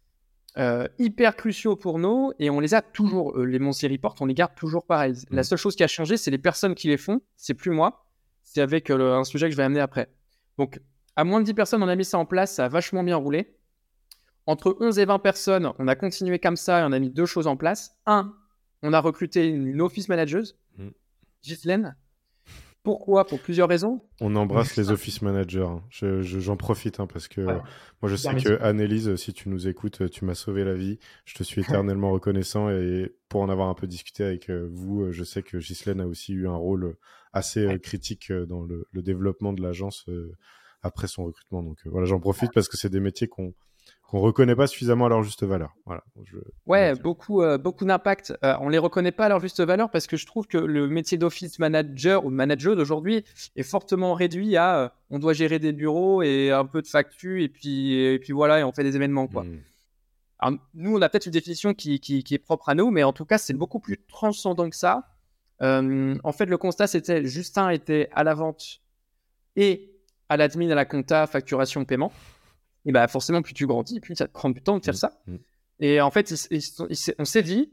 hyper cruciaux pour nous et on les a toujours. Les Monty Report, on les garde toujours pareil. La seule chose qui a changé, c'est les personnes qui les font. C'est plus moi. C'est avec un sujet que je vais amener après. Donc, à moins de 10 personnes, on a mis ça en place. Ça a vachement bien roulé. Entre 11 et 20 personnes, on a continué comme ça et on a mis 2 choses en place. Un, on a recruté une office manageuse, Ghislaine. Pourquoi? Pour plusieurs raisons. On embrasse les office managers. Hein. J'en profite parce que moi, je sais que Annelise, si tu nous écoutes, tu m'as sauvé la vie. Je te suis éternellement reconnaissant et pour en avoir un peu discuté avec vous, je sais que Ghislaine a aussi eu un rôle assez critique dans le développement de l'agence après son recrutement. Donc voilà, j'en profite parce que c'est des métiers qu'on reconnaît pas suffisamment à leur juste valeur. Voilà. Beaucoup d'impact. On les reconnaît pas à leur juste valeur parce que je trouve que le métier d'office manager ou de manager d'aujourd'hui est fortement réduit à on doit gérer des bureaux et un peu de factures et puis voilà et on fait des événements quoi. Alors, nous on a peut-être une définition qui est propre à nous, mais en tout cas c'est beaucoup plus transcendant que ça. En fait le constat c'était Justin était à la vente et à l'admin, à la compta, facturation, paiement. Et bah forcément, plus tu grandis, plus ça te prend du temps de faire ça. Et en fait, on s'est dit,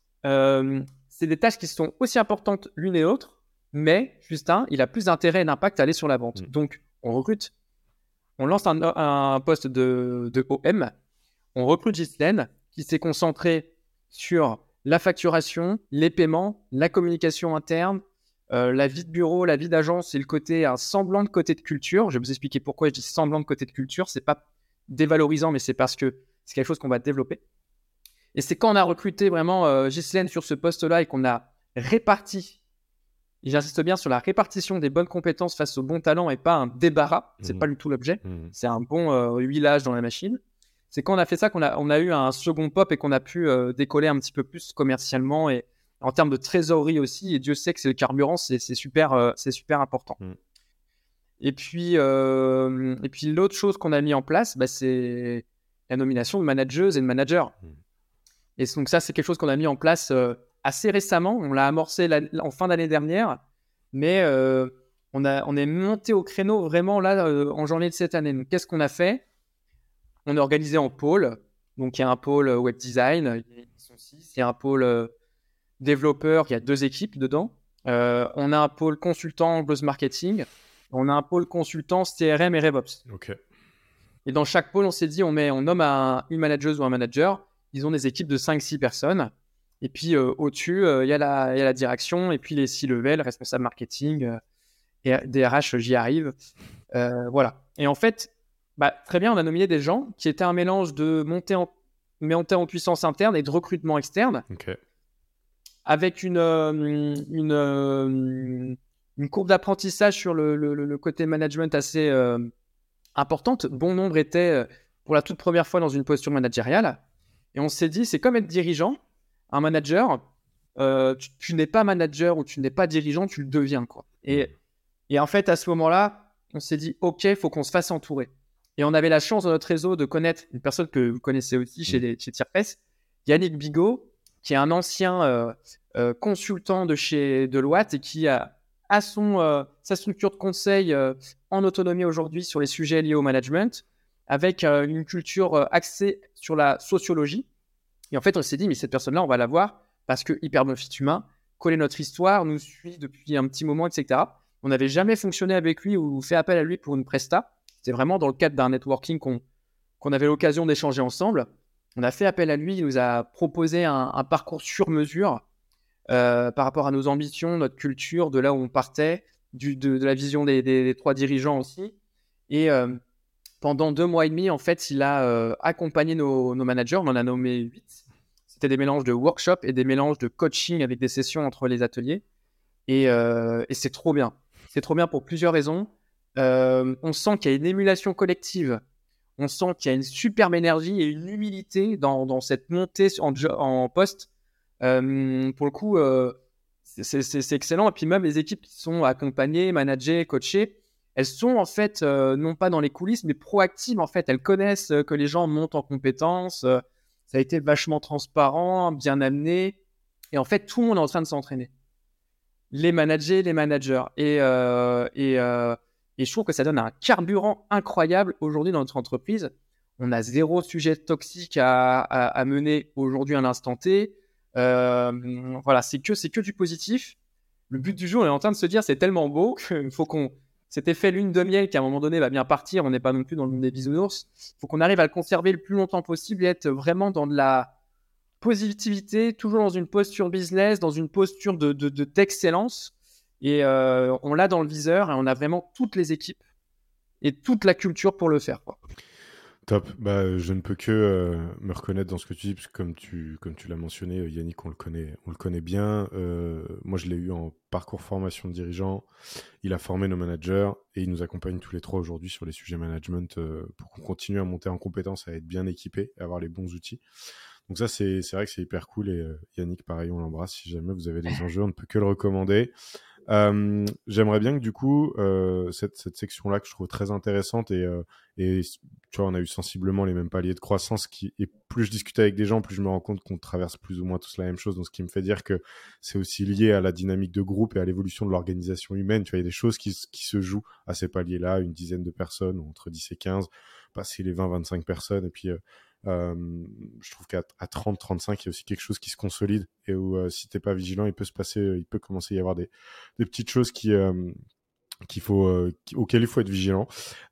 c'est des tâches qui sont aussi importantes l'une et l'autre, mais Justin, il a plus d'intérêt et d'impact à aller sur la vente. Donc, on recrute, on lance un poste de OM, on recrute Ghislaine, qui s'est concentrée sur la facturation, les paiements, la communication interne, la vie de bureau, la vie d'agence et le côté, un semblant de côté de culture. Je vais vous expliquer pourquoi je dis semblant de côté de culture. C'est pas dévalorisant, mais c'est parce que c'est quelque chose qu'on va développer. Et c'est quand on a recruté vraiment Ghislaine sur ce poste-là et qu'on a réparti, et j'insiste bien sur la répartition des bonnes compétences face aux bons talents et pas un débarras, c'est pas du tout l'objet, c'est un bon huilage dans la machine. C'est quand on a fait ça qu'on a eu un second pop et qu'on a pu décoller un petit peu plus commercialement et en termes de trésorerie aussi, et Dieu sait que c'est le carburant, c'est super important. Et puis l'autre chose qu'on a mis en place, c'est la nomination de manageuses et de managers. Et donc ça, c'est quelque chose qu'on a mis en place assez récemment. On l'a amorcé en fin d'année dernière, mais on est monté au créneau vraiment là en janvier de cette année. Donc qu'est-ce qu'on a fait? On est organisé en pôle. Donc il y a un pôle web design, ils sont 6. Il y a un pôle développeur, il y a 2 équipes dedans. On a un pôle consultant growth marketing. On a un pôle consultant CRM et RevOps. Et dans chaque pôle, on s'est dit, on nomme une manageuse ou un manager. Ils ont des équipes de 5-6 personnes. Et puis au-dessus, il y a la direction et puis les C-level, responsables marketing et DRH, j'y arrive. Voilà. Et en fait, très bien, on a nominé des gens qui étaient un mélange de montée en puissance interne et de recrutement externe. Avec une courbe d'apprentissage sur le côté management assez importante. Bon nombre étaient pour la toute première fois dans une posture managériale. Et on s'est dit, c'est comme être dirigeant. Un manager, tu n'es pas manager ou tu n'es pas dirigeant, tu le deviens, quoi. Et en fait, à ce moment-là, on s'est dit, OK, il faut qu'on se fasse entourer. Et on avait la chance dans notre réseau de connaître une personne que vous connaissez aussi chez Tirpes, Yannick Bigot, qui est un ancien consultant de chez Deloitte et qui a sa structure de conseil en autonomie aujourd'hui sur les sujets liés au management, avec une culture axée sur la sociologie. Et en fait, on s'est dit, mais cette personne-là, on va la voir parce que hyper bon fit humain, connaît notre histoire, nous suit depuis un petit moment, etc. On n'avait jamais fonctionné avec lui ou fait appel à lui pour une presta. C'était vraiment dans le cadre d'un networking qu'on avait l'occasion d'échanger ensemble. On a fait appel à lui, il nous a proposé un parcours sur mesure par rapport à nos ambitions, notre culture, de là où on partait, de la vision des 3 dirigeants aussi. Et pendant 2 mois et demi, en fait, il a accompagné nos managers. On en a nommé 8. C'était des mélanges de workshops et des mélanges de coaching avec des sessions entre les ateliers. Et c'est trop bien. C'est trop bien pour plusieurs raisons. On sent qu'il y a une émulation collective On sent qu'il y a une superbe énergie et une humilité dans cette montée en poste. Pour le coup, c'est excellent. Et puis même les équipes qui sont accompagnées, managées, coachées, elles sont en fait non pas dans les coulisses, mais proactives en fait. Elles connaissent que les gens montent en compétences. Ça a été vachement transparent, bien amené. Et en fait, tout le monde est en train de s'entraîner. Les managers, les managers. Et je trouve que ça donne un carburant incroyable aujourd'hui dans notre entreprise. On a zéro sujet toxique à mener aujourd'hui à l'instant T. Voilà, c'est que du positif. Le but du jour, on est en train de se dire, c'est tellement beau qu'il faut qu'on... Cet effet lune de miel qui, à un moment donné, va bien partir. On n'est pas non plus dans le monde des bisounours. Il faut qu'on arrive à le conserver le plus longtemps possible et être vraiment dans de la positivité, toujours dans une posture business, dans une posture d'excellence. Et on l'a dans le viseur et on a vraiment toutes les équipes et toute la culture pour le faire, quoi. Top. Bah, je ne peux que me reconnaître dans ce que tu dis, parce que comme tu l'as mentionné, Yannick, on le connaît bien. Moi, je l'ai eu en parcours formation de dirigeant. Il a formé nos managers et il nous accompagne tous les trois aujourd'hui sur les sujets management pour qu'on continue à monter en compétences, à être bien équipés, à avoir les bons outils. Donc ça, c'est vrai que c'est hyper cool. Et Yannick, pareil, on l'embrasse. Si jamais vous avez des enjeux, on ne peut que le recommander. J'aimerais bien que du coup cette section-là que je trouve très intéressante et tu vois, on a eu sensiblement les mêmes paliers de croissance et plus je discute avec des gens, plus je me rends compte qu'on traverse plus ou moins tous la même chose. Donc ce qui me fait dire que c'est aussi lié à la dynamique de groupe et à l'évolution de l'organisation humaine. Tu vois, il y a des choses qui se jouent à ces paliers-là, une dizaine de personnes, ou entre 10 et 15, passer les 20-25 personnes, et puis je trouve qu'à 30-35, il y a aussi quelque chose qui se consolide et où si t'es pas vigilant, il peut commencer à y avoir des petites choses auxquelles il faut être vigilant.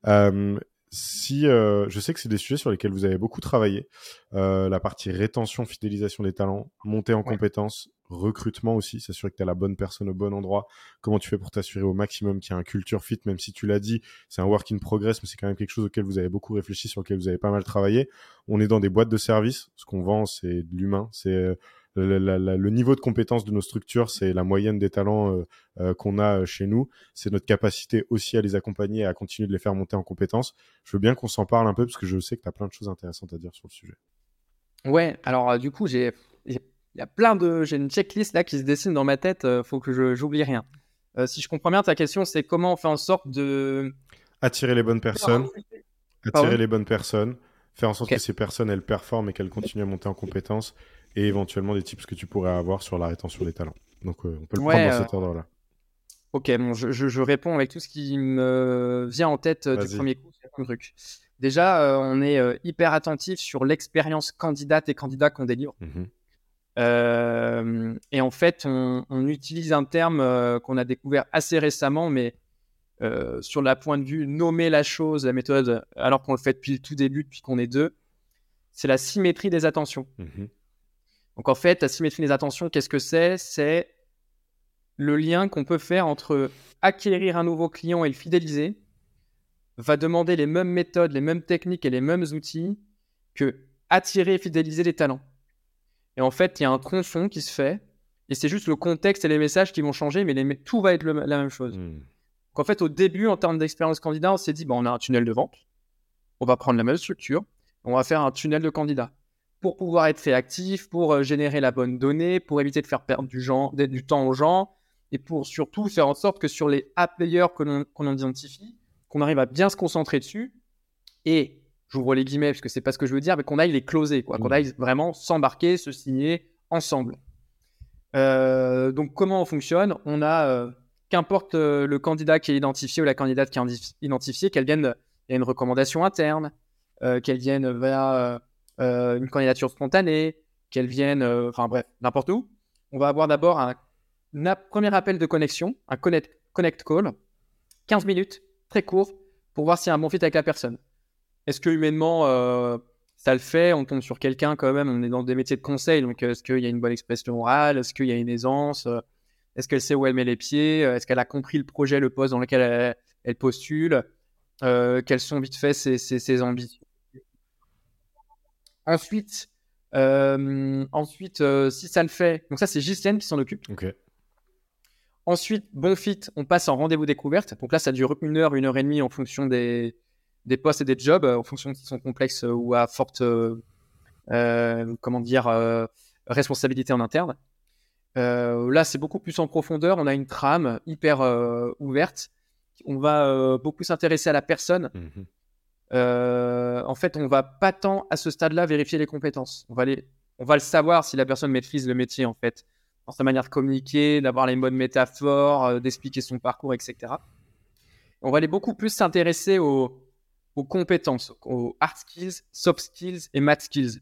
Je sais que c'est des sujets sur lesquels vous avez beaucoup travaillé, la partie rétention, fidélisation des talents, montée en Ouais. compétences, recrutement aussi, s'assurer que tu as la bonne personne au bon endroit. Comment tu fais pour t'assurer au maximum qu'il y a un culture fit, même si tu l'as dit, c'est un work in progress, mais c'est quand même quelque chose auquel vous avez beaucoup réfléchi, sur lequel vous avez pas mal travaillé. On est dans des boîtes de services. Ce qu'on vend, c'est de l'humain. C'est le niveau de compétence de nos structures, c'est la moyenne des talents qu'on a chez nous. C'est notre capacité aussi à les accompagner et à continuer de les faire monter en compétences. Je veux bien qu'on s'en parle un peu parce que je sais que tu as plein de choses intéressantes à dire sur le sujet. Ouais, alors du coup, il y a j'ai une checklist là qui se dessine dans ma tête, faut que j'oublie rien. Si je comprends bien, ta question, c'est comment on fait en sorte de... Attirer les bonnes personnes, Pardon? faire en sorte Ok. que ces personnes, elles performent et qu'elles continuent à monter en compétences, et éventuellement des tips que tu pourrais avoir sur la rétention des talents. Donc, on peut le prendre Ouais, dans cet ordre-là. ok, bon, je réponds avec tout ce qui me vient en tête du Vas-y. premier coup, c'est un truc. Déjà, on est hyper attentif sur l'expérience candidate et candidat qu'on délivre. Mhm. Et en fait, on utilise un terme qu'on a découvert assez récemment, mais sur la point de vue nommer la chose, la méthode, alors qu'on le fait depuis le tout début, depuis qu'on est deux, c'est la symétrie des attentions. Mhm. Donc en fait, la symétrie des attentions, qu'est-ce que c'est? C'est le lien qu'on peut faire entre acquérir un nouveau client et le fidéliser, va demander les mêmes méthodes, les mêmes techniques et les mêmes outils que attirer et fidéliser les talents. Et en fait, il y a un tronçon qui se fait, et c'est juste le contexte et les messages qui vont changer, mais tout va être la même chose. Mhm. Donc en fait, au début, en termes d'expérience candidat, on s'est dit, on a un tunnel de vente, on va prendre la même structure, on va faire un tunnel de candidat pour pouvoir être réactif, pour générer la bonne donnée, pour éviter de faire perdre du temps aux gens, et pour surtout faire en sorte que sur les A-players qu'on identifie, qu'on arrive à bien se concentrer dessus, et j'ouvre les guillemets parce que c'est pas ce que je veux dire, mais qu'on aille les closer, quoi, qu'on aille vraiment s'embarquer, se signer ensemble. Donc comment on fonctionne? On a, qu'importe le candidat qui est identifié ou la candidate qui est identifiée, qu'elle vienne, il y a une recommandation interne, qu'elle vienne vers une candidature spontanée, qu'elle vienne, enfin bref, n'importe où. On va avoir d'abord un premier appel de connexion, un connect call, 15 minutes, très court, pour voir s'il y a un bon fit avec la personne. Est-ce que humainement, ça le fait? On tombe sur quelqu'un quand même, on est dans des métiers de conseil, donc est-ce qu'il y a une bonne expression orale? Est-ce qu'il y a une aisance? Est-ce qu'elle sait où elle met les pieds? Est-ce qu'elle a compris le projet, le poste dans lequel elle postule? Quelles sont vite fait ses ambitions? Ensuite, si ça le fait, donc ça c'est Ghislaine qui s'en occupe. Ok. Ensuite, bon fit, on passe en rendez-vous découverte. Donc là, ça dure 1 heure et demie en fonction des des postes et des jobs en fonction de s'ils sont complexes ou à forte responsabilité en interne. Là, c'est beaucoup plus en profondeur. On a une trame hyper ouverte. On va beaucoup s'intéresser à la personne. En fait, on va pas tant à ce stade-là vérifier les compétences. On va le savoir si la personne maîtrise le métier, en fait, dans sa manière de communiquer, d'avoir les bonnes métaphores, d'expliquer son parcours, etc. On va aller beaucoup plus s'intéresser aux compétences, aux hard skills, soft skills et math skills.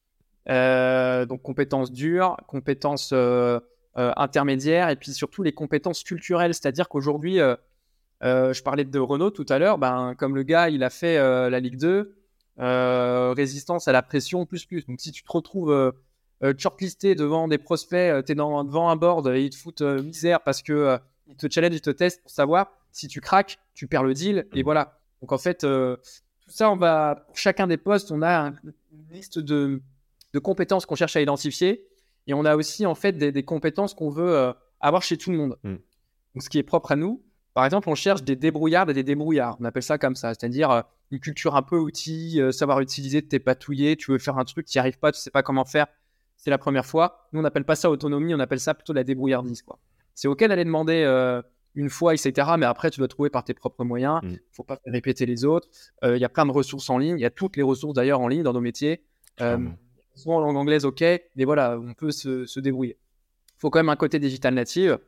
Donc, compétences dures, compétences intermédiaires et puis surtout les compétences culturelles. C'est-à-dire qu'aujourd'hui, je parlais de Renault tout à l'heure, comme le gars, il a fait la Ligue 2, résistance à la pression, plus. Donc, si tu te retrouves shortlisté devant des prospects, tu es devant un board et ils te foutent misère parce que ils te challenge, ils te testent pour savoir si tu craques, tu perds le deal. Et voilà. Donc, en fait, tout ça, pour chacun des postes, on a une liste de compétences qu'on cherche à identifier. Et on a aussi, en fait, des compétences qu'on veut avoir chez tout le monde. Donc, ce qui est propre à nous. Par exemple, on cherche des débrouillards et des débrouillards. On appelle ça comme ça. C'est-à-dire une culture un peu outil, savoir utiliser, te t'épatouiller. Tu veux faire un truc, tu n'y arrives pas, tu ne sais pas comment faire. C'est la première fois. Nous, on n'appelle pas ça autonomie, on appelle ça plutôt la débrouillardise, quoi. C'est OK d'aller demander une fois, etc. Mais après, tu dois trouver par tes propres moyens. Il ne faut pas faire répéter les autres. Il y a plein de ressources en ligne. Il y a toutes les ressources d'ailleurs en ligne dans nos métiers. Souvent en langue anglaise, OK. Mais voilà, on peut se débrouiller. Il faut quand même un côté digital native.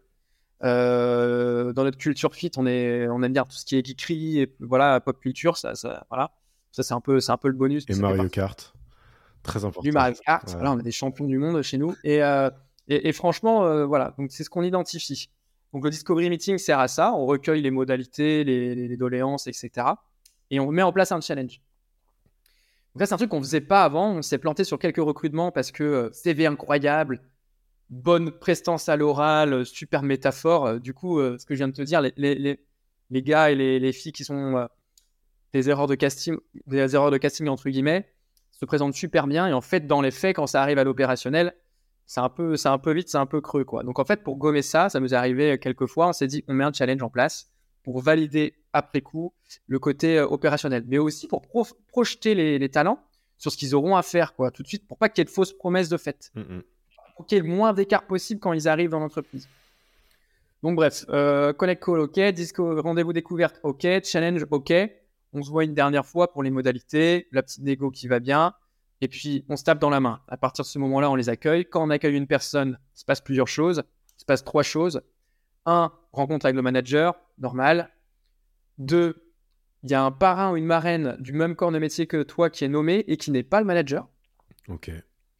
Dans notre culture fit, on aime bien tout ce qui est geekery et voilà, pop culture, voilà. Ça c'est un peu le bonus. Et Mario Kart, très important. Du Mario Kart, voilà, on a des champions du monde chez nous et franchement, voilà, donc c'est ce qu'on identifie. Donc le Discovery Meeting sert à ça, on recueille les modalités, les doléances, etc. Et on met en place un challenge. Donc là, c'est un truc qu'on faisait pas avant. On s'est planté sur quelques recrutements parce que CV incroyable, bonne prestance à l'oral, super métaphore. Du coup, ce que je viens de te dire, les gars et les filles qui sont des erreurs de casting entre guillemets, se présentent super bien. Et en fait, dans les faits, quand ça arrive à l'opérationnel, c'est un peu vite, c'est un peu creux, quoi. Donc en fait, pour gommer ça nous est arrivé quelques fois. On s'est dit, on met un challenge en place pour valider après coup le côté opérationnel, mais aussi pour projeter les talents sur ce qu'ils auront à faire, quoi, tout de suite, pour pas qu'il y ait de fausses promesses de fait. Pour qu'il y ait le moins d'écart possible quand ils arrivent dans l'entreprise. Donc bref, Connect Call, OK, rendez-vous découverte, OK, challenge, OK. On se voit une dernière fois pour les modalités, la petite négo qui va bien, et puis on se tape dans la main. À partir de ce moment-là, on les accueille. Quand on accueille une personne, il se passe plusieurs choses. Il se passe 3 choses. 1, rencontre avec le manager, normal. 2, il y a un parrain ou une marraine du même corps de métier que toi qui est nommé et qui n'est pas le manager. OK.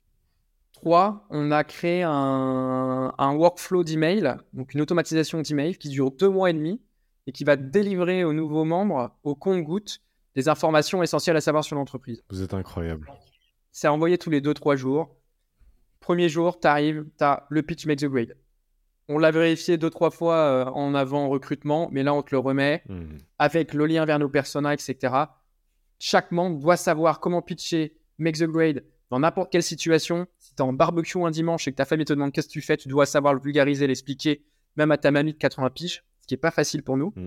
3, on a créé un workflow d'email, donc une automatisation d'email qui dure 2 mois et demi et qui va délivrer aux nouveaux membres, au compte-gouttes, des informations essentielles à savoir sur l'entreprise. Vous êtes incroyable. C'est envoyé tous les 2-3 jours. Premier jour, tu arrives, tu as le pitch make the grade. On l'a vérifié 2-3 fois en avant recrutement, mais là, on te le remet avec le lien vers nos personas, etc. Chaque membre doit savoir comment pitcher make the grade dans n'importe quelle situation. Si tu es en barbecue un dimanche et que ta famille te demande qu'est-ce que tu fais, tu dois savoir le vulgariser, l'expliquer, même à ta mamie de 80 piges, ce qui n'est pas facile pour nous.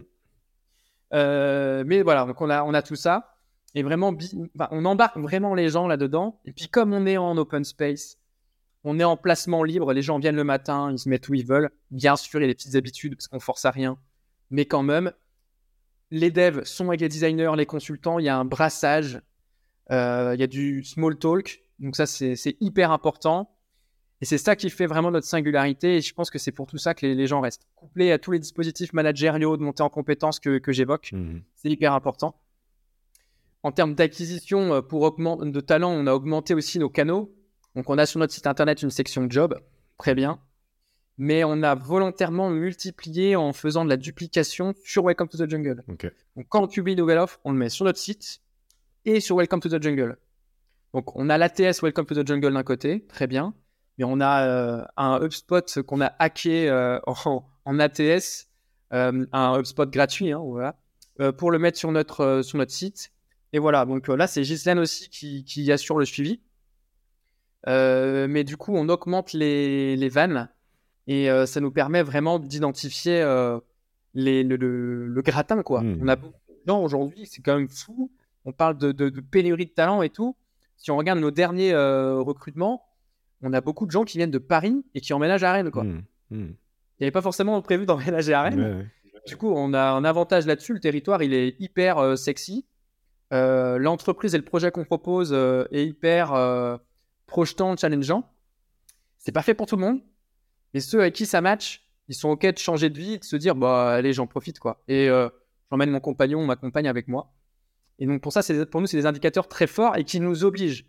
Mais voilà, donc on a tout ça. Et vraiment, on embarque vraiment les gens là-dedans. Et puis comme on est en open space, on est en placement libre, les gens viennent le matin, ils se mettent où ils veulent. Bien sûr, il y a des petites habitudes parce qu'on force à rien. Mais quand même, les devs sont avec les designers, les consultants, il y a un brassage, il y a du small talk. Donc ça, c'est hyper important. Et c'est ça qui fait vraiment notre singularité. Et je pense que c'est pour tout ça que les gens restent. Couplé à tous les dispositifs managériaux de montée en compétences que j'évoque, c'est hyper important. En termes d'acquisition de talent, on a augmenté aussi nos canaux. Donc, on a sur notre site internet une section job, très bien. Mais on a volontairement multiplié en faisant de la duplication sur Welcome to the Jungle. Okay. Donc, quand on publie une nouvelle offre, on le met sur notre site et sur Welcome to the Jungle. Donc, on a l'ATS Welcome to the Jungle d'un côté, très bien. Mais on a un HubSpot qu'on a hacké en ATS, un HubSpot gratuit, voilà, pour le mettre sur notre site. Et voilà, donc là, c'est Ghislaine aussi qui assure le suivi. Mais du coup, on augmente les vannes et ça nous permet vraiment d'identifier le gratin, quoi. On a Non, aujourd'hui, c'est quand même fou. On parle de pénurie de talent et tout. Si on regarde nos derniers recrutements, on a beaucoup de gens qui viennent de Paris et qui emménagent à Rennes, quoi. Hmm, hmm. Il n'y avait pas forcément prévu d'emménager à Ouais, Rennes. ouais. Du coup, on a un avantage là-dessus. Le territoire, il est hyper sexy. L'entreprise et le projet qu'on propose est hyper projetant, challengeant. C'est pas fait pour tout le monde, mais ceux avec qui ça match, ils sont OK de changer de vie, de se dire, bah allez, j'en profite, quoi. Et j'emmène mon compagnon, ma compagne avec moi. Et donc pour ça, pour nous, c'est des indicateurs très forts et qui nous obligent.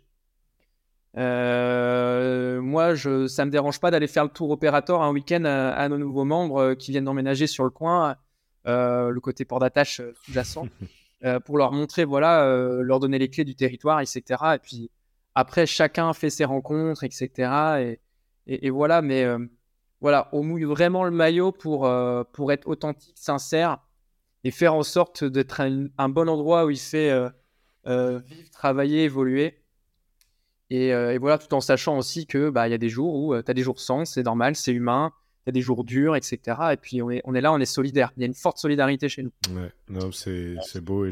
Moi, ça me dérange pas d'aller faire le tour opérateur un week-end à nos nouveaux membres qui viennent d'emménager sur le coin, le côté port d'attache sous-jacent, pour leur montrer, voilà, leur donner les clés du territoire, etc. Et puis après, chacun fait ses rencontres, etc. Et voilà, mais voilà, on mouille vraiment le maillot pour être authentique, sincère et faire en sorte d'être un bon endroit où il fait vivre, travailler, évoluer. Et voilà, tout en sachant aussi que bah, y a des jours où tu as des jours sans, c'est normal, c'est humain, il y a des jours durs, etc. Et puis on est là, on est solidaire. Il y a une forte solidarité chez nous. Ouais, non, c'est beau et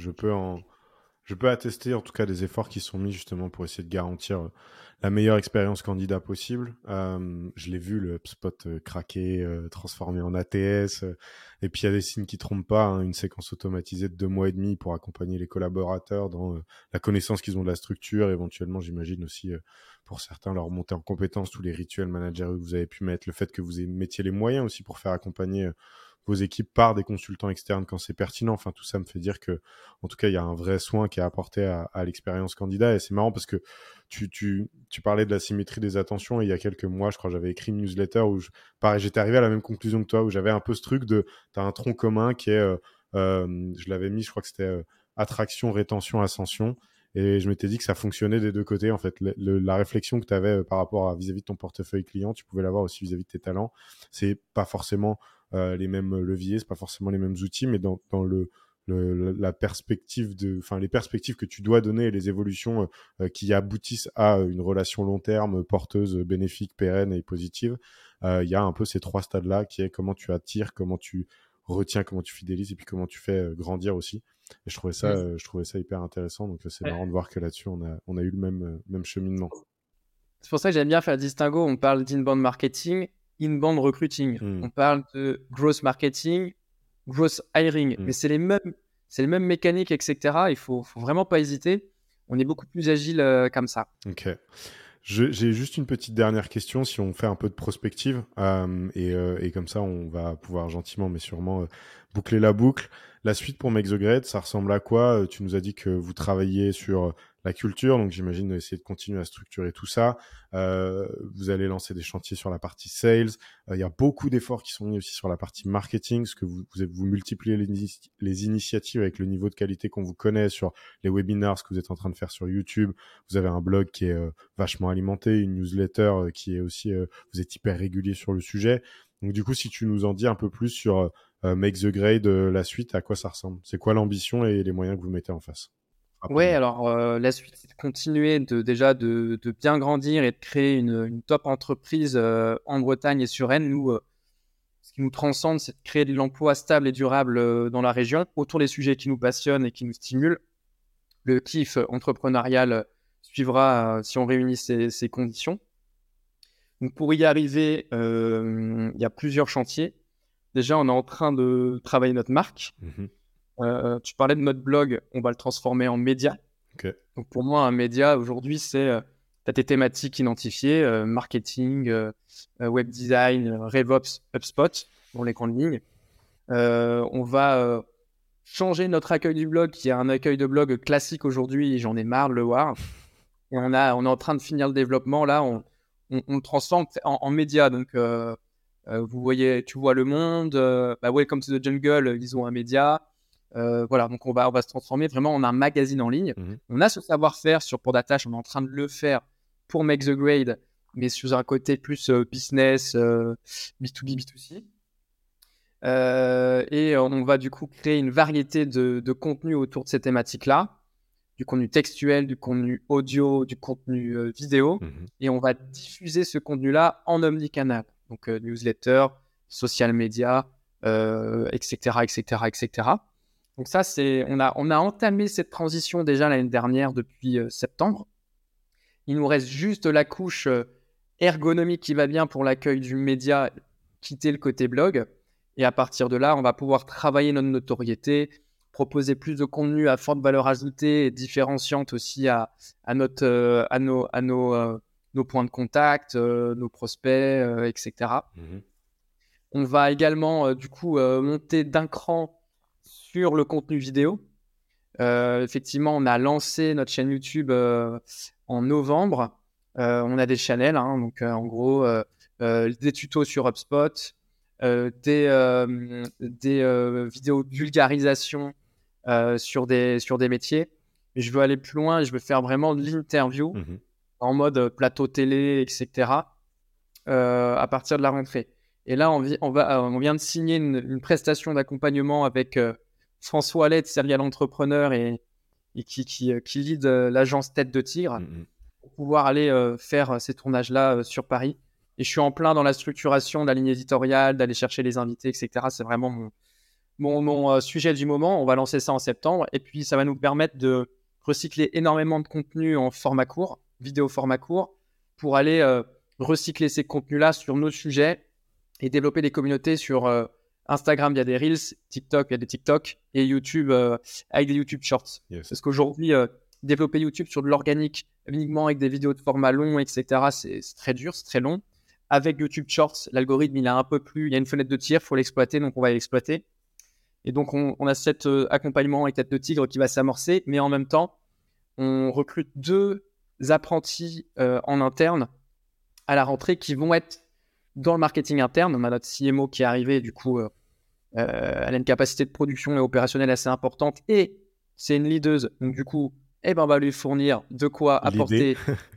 je peux attester en tout cas des efforts qui sont mis justement pour essayer de garantir la meilleure expérience candidat possible. Je l'ai vu, le HubSpot craquer, transformé en ATS. Et puis il y a des signes qui trompent pas, hein, une séquence automatisée de 2 mois et demi pour accompagner les collaborateurs dans la connaissance qu'ils ont de la structure. Éventuellement, j'imagine aussi pour certains leur montée en compétences, tous les rituels managériaux que vous avez pu mettre, le fait que vous mettiez les moyens aussi pour faire accompagner vos équipes par des consultants externes quand c'est pertinent. Enfin, tout ça me fait dire que, en tout cas, il y a un vrai soin qui est apporté à l'expérience candidat. Et c'est marrant parce que tu parlais de la symétrie des attentions. Et il y a quelques mois, je crois, j'avais écrit une newsletter où, pareil, j'étais arrivé à la même conclusion que toi, où j'avais un peu ce truc de, t'as un tronc commun qui est, je l'avais mis, je crois que c'était attraction, rétention, ascension. Et je m'étais dit que ça fonctionnait des deux côtés. En fait, la réflexion que tu avais par rapport à vis-à-vis de ton portefeuille client, tu pouvais l'avoir aussi vis-à-vis de tes talents. C'est pas forcément les mêmes leviers, c'est pas forcément les mêmes outils, mais dans la perspective les perspectives que tu dois donner et les évolutions qui aboutissent à une relation long terme, porteuse, bénéfique, pérenne et positive, il y a un peu ces 3 stades-là qui est comment tu attires, comment tu retiens, comment tu fidélises et puis comment tu fais grandir aussi. Et je trouvais ça hyper intéressant. Donc c'est Ouais. marrant de voir que là-dessus on a eu le même cheminement. C'est pour ça que j'aime bien faire le distinguo. On parle d'inbound marketing, inbound recruiting. Mm, On parle de growth marketing, growth hiring. mm. Mais c'est les mêmes mécaniques, etc. Il faut vraiment pas hésiter. On est beaucoup plus agile comme ça. Ok. J'ai juste une petite dernière question, si on fait un peu de prospective, et comme ça on va pouvoir gentiment mais sûrement boucler la boucle. La suite pour Make the Grade, ça ressemble à quoi? Tu nous as dit que vous travaillez sur la culture, donc j'imagine essayer de continuer à structurer tout ça. Vous allez lancer des chantiers sur la partie sales. Il y a beaucoup d'efforts qui sont mis aussi sur la partie marketing, parce que vous multipliez les initiatives avec le niveau de qualité qu'on vous connaît sur les webinars, ce que vous êtes en train de faire sur YouTube. Vous avez un blog qui est vachement alimenté, une newsletter qui est aussi, vous êtes hyper régulier sur le sujet. Donc du coup, si tu nous en dis un peu plus sur Make the Grade, la suite, à quoi ça ressemble? C'est quoi l'ambition et les moyens que vous mettez en face? Ouais, Rapidement. alors la suite, c'est de continuer de bien grandir et de créer une top entreprise en Bretagne et sur Rennes. Nous, ce qui nous transcende, c'est de créer de l'emploi stable et durable dans la région, autour des sujets qui nous passionnent et qui nous stimulent. Le kiff entrepreneurial suivra si on réunit ces conditions. Donc pour y arriver, il y a plusieurs chantiers. Déjà, on est en train de travailler notre marque. Mhm. Tu parlais de notre blog, on va le transformer en média. Ok. Donc pour moi, un média aujourd'hui, c'est tu as tes thématiques identifiées, marketing, web design, RevOps, HubSpot, dans les grandes lignes. On va changer notre accueil du blog, qui est un accueil de blog classique aujourd'hui, et j'en ai marre de le voir. Et on est en train de finir le développement. Là, on le transforme en média. Donc, tu vois Le Monde, Welcome to the Jungle, ils ont un média. Voilà, donc on va se transformer vraiment en un magazine en ligne. Mhm. On a ce savoir-faire sur Port d'Attache, on est en train de le faire pour Make the Grade, mais sur un côté plus business, B2B, B2C. Et on va du coup créer une variété de contenus autour de ces thématiques-là, du contenu textuel, du contenu audio, du contenu vidéo, Mhm. et on va diffuser ce contenu-là en omnicanal, donc newsletter, social media, etc., etc., etc. Donc ça, on a entamé cette transition déjà l'année dernière depuis septembre. Il nous reste juste la couche ergonomique qui va bien pour l'accueil du média, quitter le côté blog. Et à partir de là, on va pouvoir travailler notre notoriété, proposer plus de contenu à forte valeur ajoutée et différenciante aussi à nos points de contact, nos prospects, etc. On va également monter d'un cran sur le contenu vidéo. Effectivement, on a lancé notre chaîne YouTube en novembre. On a des channels, donc en gros des tutos sur HubSpot, des vidéos de vulgarisation sur des métiers. Mais je veux aller plus loin et je veux faire vraiment de l'interview en mode plateau télé, etc. À partir de la rentrée. Et là, on vient de signer une prestation d'accompagnement avec François Allais, serial entrepreneur et qui lead l'agence Tête de Tigre pour pouvoir aller faire ces tournages-là sur Paris. Et je suis en plein dans la structuration de la ligne éditoriale, d'aller chercher les invités, etc. C'est vraiment mon sujet du moment. On va lancer ça en septembre. Et puis, ça va nous permettre de recycler énormément de contenu en format court, vidéo format court, pour aller recycler ces contenus-là sur nos sujets et développer des communautés sur Instagram, il y a des Reels, TikTok, il y a des TikTok, et YouTube avec des YouTube Shorts. Yes. Parce qu'aujourd'hui, développer YouTube sur de l'organique, uniquement avec des vidéos de format long, etc., c'est très dur, c'est très long. Avec YouTube Shorts, l'algorithme, il y a une fenêtre de tir, il faut l'exploiter, donc on va l'exploiter. Et donc, on a cet accompagnement avec Tête de Tigre qui va s'amorcer, mais en même temps, on recrute 2 apprentis en interne à la rentrée qui vont être dans le marketing interne. On a notre CMO qui est arrivé, du coup, elle a une capacité de production et opérationnelle assez importante et c'est une leaduse. Donc, du coup, on va lui fournir de quoi apporter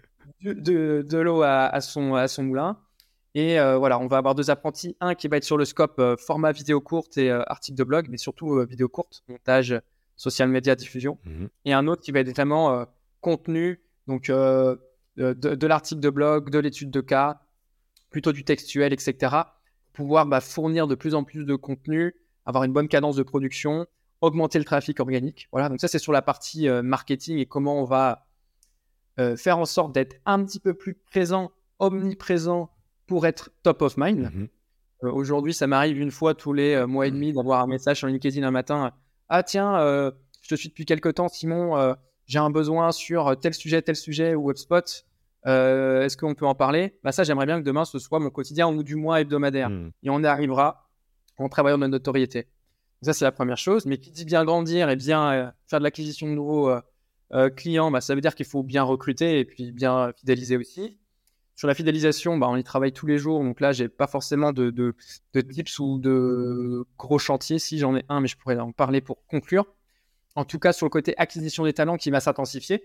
de l'eau à son moulin. Et voilà, on va avoir 2 apprentis. Un qui va être sur le scope format vidéo courte et article de blog, mais surtout vidéo courte, montage, social media, diffusion. Et un autre qui va être vraiment contenu, donc de l'article de blog, de l'étude de cas, plutôt du textuel, etc. Pouvoir fournir de plus en plus de contenu, avoir une bonne cadence de production, augmenter le trafic organique. Voilà, donc ça, c'est sur la partie marketing et comment on va faire en sorte d'être un petit peu plus présent, omniprésent pour être top of mind. Aujourd'hui, ça m'arrive une fois tous les mois et demi d'avoir un message sur LinkedIn un matin. Ah tiens, je te suis depuis quelques temps, Simon, j'ai un besoin sur tel sujet ou HubSpot. Est-ce qu'on peut en parler? Ça, j'aimerais bien que demain, ce soit mon quotidien ou du mois hebdomadaire. Et on y arrivera en travaillant notre notoriété. Donc ça, c'est la première chose. Mais qui dit bien grandir et bien faire de l'acquisition de nouveaux clients, ça veut dire qu'il faut bien recruter et puis bien fidéliser aussi. Sur la fidélisation, on y travaille tous les jours. Donc là, je n'ai pas forcément de tips ou de gros chantiers. Si j'en ai un, mais je pourrais en parler pour conclure. En tout cas, sur le côté acquisition des talents qui va s'intensifier.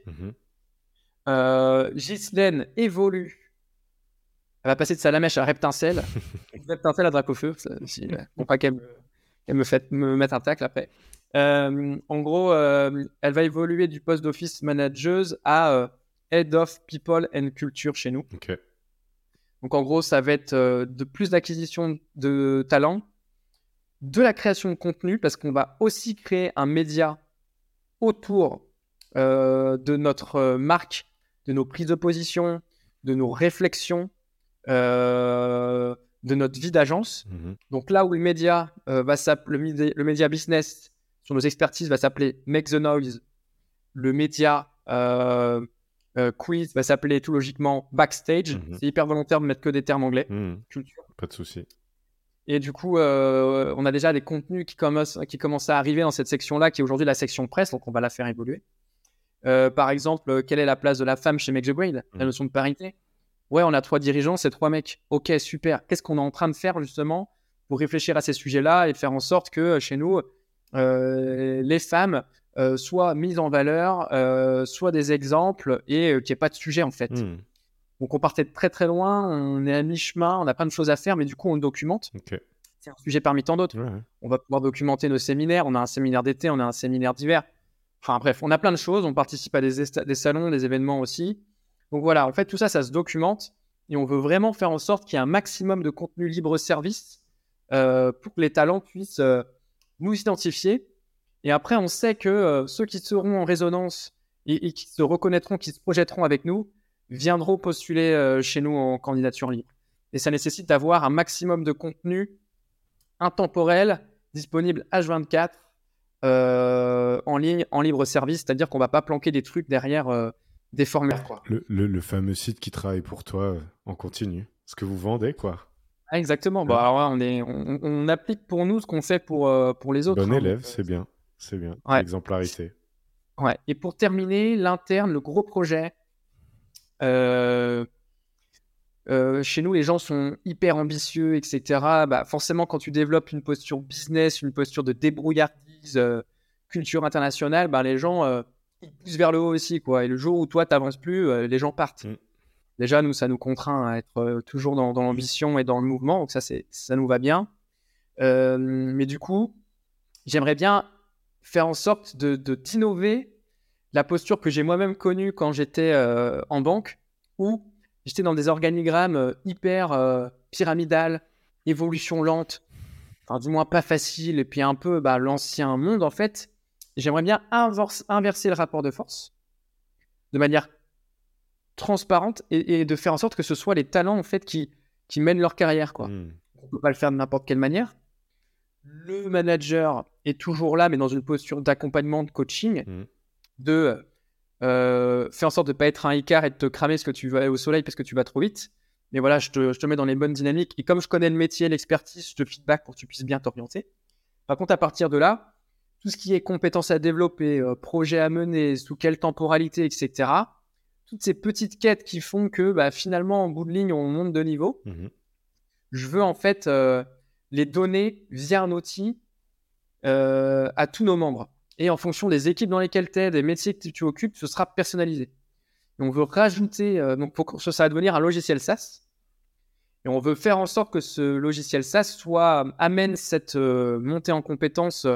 Ghislaine évolue. Elle va passer de Salamèche à Reptincelle. Reptincelle à Dracofeu. Pour pas qu'elle me mette un tacle après. En gros, elle va évoluer du poste d'office manageuse à Head of People and Culture chez nous. Okay. Donc en gros, ça va être de plus d'acquisition de talents, de la création de contenu, parce qu'on va aussi créer un média autour de notre marque, de nos prises de position, de nos réflexions, de notre vie d'agence. Donc là où le média le média business sur nos expertises va s'appeler Make the Noise, le média quiz va s'appeler tout logiquement Backstage. C'est hyper volontaire de mettre que des termes anglais. Culture. Pas de souci. Et du coup, on a déjà des contenus qui commencent à arriver dans cette section-là, qui est aujourd'hui la section presse, donc on va la faire évoluer. Par exemple, quelle est la place de la femme chez Make the Grade? La notion de parité. Ouais, on a 3 dirigeants, c'est 3 mecs. Ok, super. Qu'est-ce qu'on est en train de faire justement pour réfléchir à ces sujets-là et faire en sorte que chez nous, les femmes soient mises en valeur, soient des exemples et qu'il n'y ait pas de sujet en fait. Donc on partait de très très loin, on est à mi-chemin, on a plein de choses à faire, mais du coup on le documente. Okay. C'est un sujet parmi tant d'autres. Ouais. On va pouvoir documenter nos séminaires, on a un séminaire d'été, on a un séminaire d'hiver. Enfin bref, on a plein de choses, on participe à des salons, des événements aussi. Donc voilà, en fait tout ça, ça se documente et on veut vraiment faire en sorte qu'il y ait un maximum de contenu libre service pour que les talents puissent nous identifier Et après, on sait que ceux qui seront en résonance et qui se reconnaîtront, qui se projetteront avec nous, viendront postuler chez nous en candidature libre. Et ça nécessite d'avoir un maximum de contenu intemporel, disponible H24, en ligne, en libre service, c'est-à-dire qu'on ne va pas planquer des trucs derrière des formulaires, quoi. Le fameux site qui travaille pour toi en continu. Ce que vous vendez, quoi. Ah, exactement. Bah, Hein. alors là, on applique pour nous ce qu'on fait pour les autres. Bon Hein, donc, élève, c'est bien. C'est bien. ouais, L'exemplarité. ouais. Et pour terminer, l'interne, le gros projet. euh, chez nous, les gens sont hyper ambitieux, etc. Bah, forcément, quand tu développes une posture business, une posture de débrouillardise, culture internationale, bah, les gens ils poussent vers le haut aussi, quoi. Et le jour où toi, tu n'avances plus, les gens partent. Mm. Déjà, nous, ça nous contraint à être toujours dans l'ambition et dans le mouvement, donc ça nous va bien. Mais du coup, j'aimerais bien faire en sorte d'innover la posture que j'ai moi-même connue quand j'étais en banque, où j'étais dans des organigrammes hyper pyramidal, évolution lente, enfin du moins pas facile, et puis un peu l'ancien monde en fait. J'aimerais bien inverser le rapport de force de manière transparente et de faire en sorte que ce soit les talents en fait qui mènent leur carrière, quoi. Mm. On peut pas le faire de n'importe quelle manière. Le manager est toujours là, mais dans une posture d'accompagnement, de coaching, Mm. de fais en sorte de ne pas être un Icare et de te cramer ce que tu vas au soleil parce que tu vas trop vite. Mais voilà, je te mets dans les bonnes dynamiques. Et comme je connais le métier, l'expertise, je te feedback pour que tu puisses bien t'orienter. Par contre, à partir de là, tout ce qui est compétences à développer, projets à mener, sous quelle temporalité, etc., toutes ces petites quêtes qui font que finalement, en bout de ligne, on monte de niveau, Mhm. je veux en fait les donner via un outil à tous nos membres. Et en fonction des équipes dans lesquelles tu es, des métiers que tu occupes, ce sera personnalisé. Et on veut rajouter, donc ça va devenir un logiciel SaaS. Et on veut faire en sorte que ce logiciel SaaS amène cette montée en compétences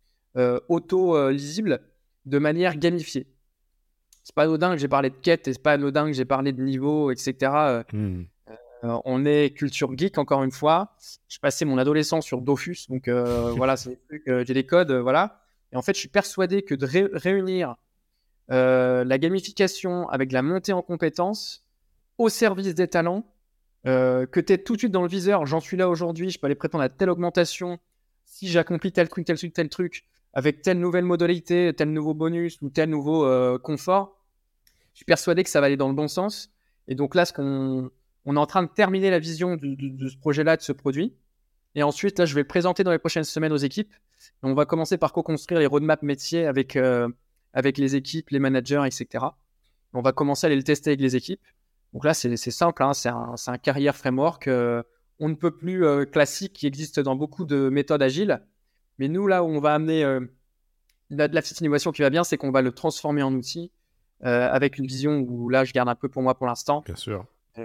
auto-lisible de manière gamifiée. C'est pas anodin que j'ai parlé de quête et c'est pas anodin que j'ai parlé de niveau, etc. Mm. On est culture geek, encore une fois. Je passais mon adolescence sur Dofus, donc voilà, c'est des trucs, j'ai des codes, voilà. Et en fait, je suis persuadé que de réunir la gamification avec la montée en compétences au service des talents, que tu es tout de suite dans le viseur, j'en suis là aujourd'hui, je peux aller prétendre à telle augmentation si j'accomplis tel truc, tel truc, tel truc, avec telle nouvelle modalité, tel nouveau bonus ou tel nouveau confort. Je suis persuadé que ça va aller dans le bon sens. Et donc là, on est en train de terminer la vision de ce projet-là, de ce produit. Et ensuite, là, je vais le présenter dans les prochaines semaines aux équipes. Et on va commencer par co-construire les roadmaps métiers avec les équipes, les managers, etc. On va commencer à aller le tester avec les équipes. Donc là, c'est simple, hein, c'est un career framework. On ne peut plus classique qui existe dans beaucoup de méthodes agiles. Mais nous, là où on va amener la petite innovation qui va bien, c'est qu'on va le transformer en outil avec une vision où là, je garde un peu pour moi pour l'instant, Bien sûr.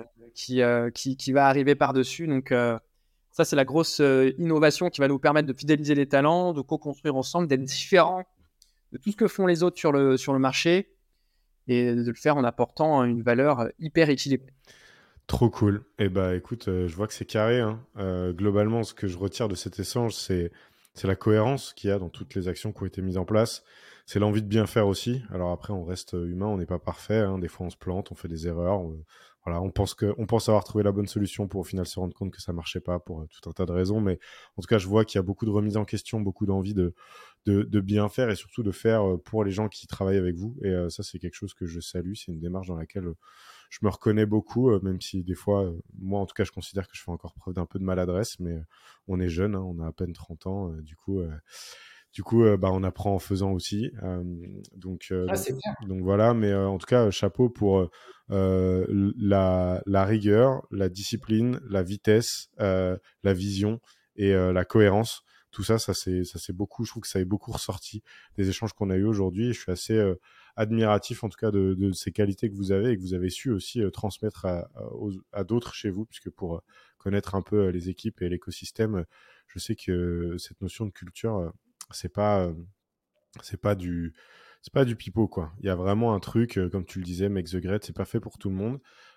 qui va arriver par-dessus. Donc, ça, c'est la grosse innovation qui va nous permettre de fidéliser les talents, de co-construire ensemble, d'être différents de tout ce que font les autres sur le marché et de le faire en apportant une valeur hyper équilibrée. Trop cool. Et bah écoute, je vois que c'est carré, hein. Globalement, ce que je retire de cet échange, c'est la cohérence qu'il y a dans toutes les actions qui ont été mises en place. C'est l'envie de bien faire aussi. Alors après, on reste humain, on n'est pas parfait, hein. Des fois, on se plante, on fait des erreurs. Voilà, on pense avoir trouvé la bonne solution pour au final se rendre compte que ça marchait pas pour tout un tas de raisons. Mais en tout cas, je vois qu'il y a beaucoup de remises en question, beaucoup d'envie de bien faire et surtout de faire pour les gens qui travaillent avec vous. Et ça, c'est quelque chose que je salue. C'est une démarche dans laquelle je me reconnais beaucoup, même si des fois, moi en tout cas, je considère que je fais encore preuve d'un peu de maladresse, mais on est jeune, hein, on a à peine 30 ans, on apprend en faisant aussi. Donc voilà, mais en tout cas, chapeau pour la rigueur, la discipline, la vitesse, la vision et la cohérence. Tout ça, ça c'est beaucoup. Je trouve que ça est beaucoup ressorti des échanges qu'on a eu aujourd'hui. Et je suis assez admiratif, en tout cas, de ces qualités que vous avez et que vous avez su aussi transmettre à d'autres chez vous, puisque pour connaître un peu les équipes et l'écosystème, je sais que cette notion de culture, c'est pas c'est pas du c'est pas du pipeau, quoi. Il y a vraiment un truc, comme tu le disais, make the grade, c'est pas fait pour tout le monde.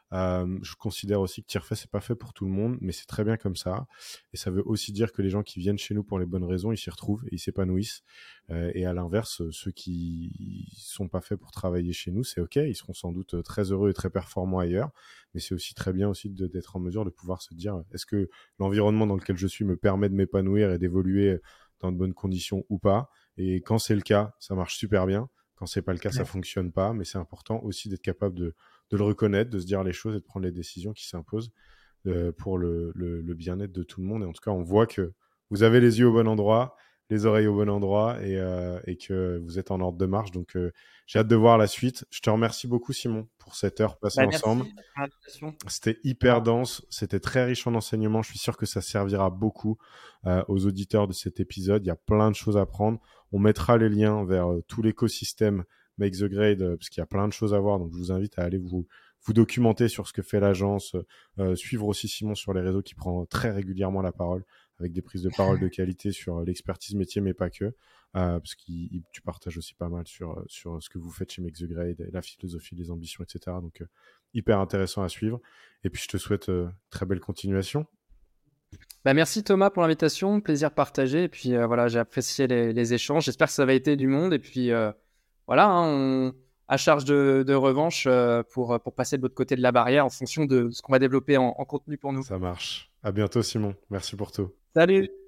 Je considère aussi que Tirefest, c'est pas fait pour tout le monde, mais c'est très bien comme ça. Et ça veut aussi dire que les gens qui viennent chez nous pour les bonnes raisons, ils s'y retrouvent et ils s'épanouissent. Et à l'inverse, ceux qui sont pas faits pour travailler chez nous, c'est OK. Ils seront sans doute très heureux et très performants ailleurs. Mais c'est aussi très bien aussi d'être en mesure de pouvoir se dire, est-ce que l'environnement dans lequel je suis me permet de m'épanouir et d'évoluer dans de bonnes conditions ou pas? Et quand c'est le cas, ça marche super bien. Quand c'est pas le cas, ça Ouais. fonctionne pas. Mais c'est important aussi d'être capable de le reconnaître, de se dire les choses et de prendre les décisions qui s'imposent pour le bien-être de tout le monde. Et en tout cas, on voit que vous avez les yeux au bon endroit, les oreilles au bon endroit et que vous êtes en ordre de marche. Donc, j'ai hâte de voir la suite. Je te remercie beaucoup, Simon, pour cette heure passée Bah, ensemble. merci pour l'invitation. C'était hyper dense, c'était très riche en enseignements. Je suis sûr que ça servira beaucoup aux auditeurs de cet épisode. Il y a plein de choses à prendre. On mettra les liens vers tout l'écosystème Make the Grade parce qu'il y a plein de choses à voir. Donc, je vous invite à aller vous documenter sur ce que fait l'agence, suivre aussi Simon sur les réseaux qui prend très régulièrement la parole avec des prises de parole de qualité sur l'expertise métier, mais pas que. Parce que tu partages aussi pas mal sur ce que vous faites chez Make the Grade, la philosophie, les ambitions, etc. Donc, hyper intéressant à suivre. Et puis, je te souhaite très belle continuation. Bah, merci Thomas pour l'invitation, plaisir partagé. Et puis voilà, j'ai apprécié les échanges. J'espère que ça va été du monde. Et puis voilà, hein, à charge de revanche pour passer de l'autre côté de la barrière en fonction de ce qu'on va développer en contenu pour nous. Ça marche. À bientôt, Simon. Merci pour tout. Salut!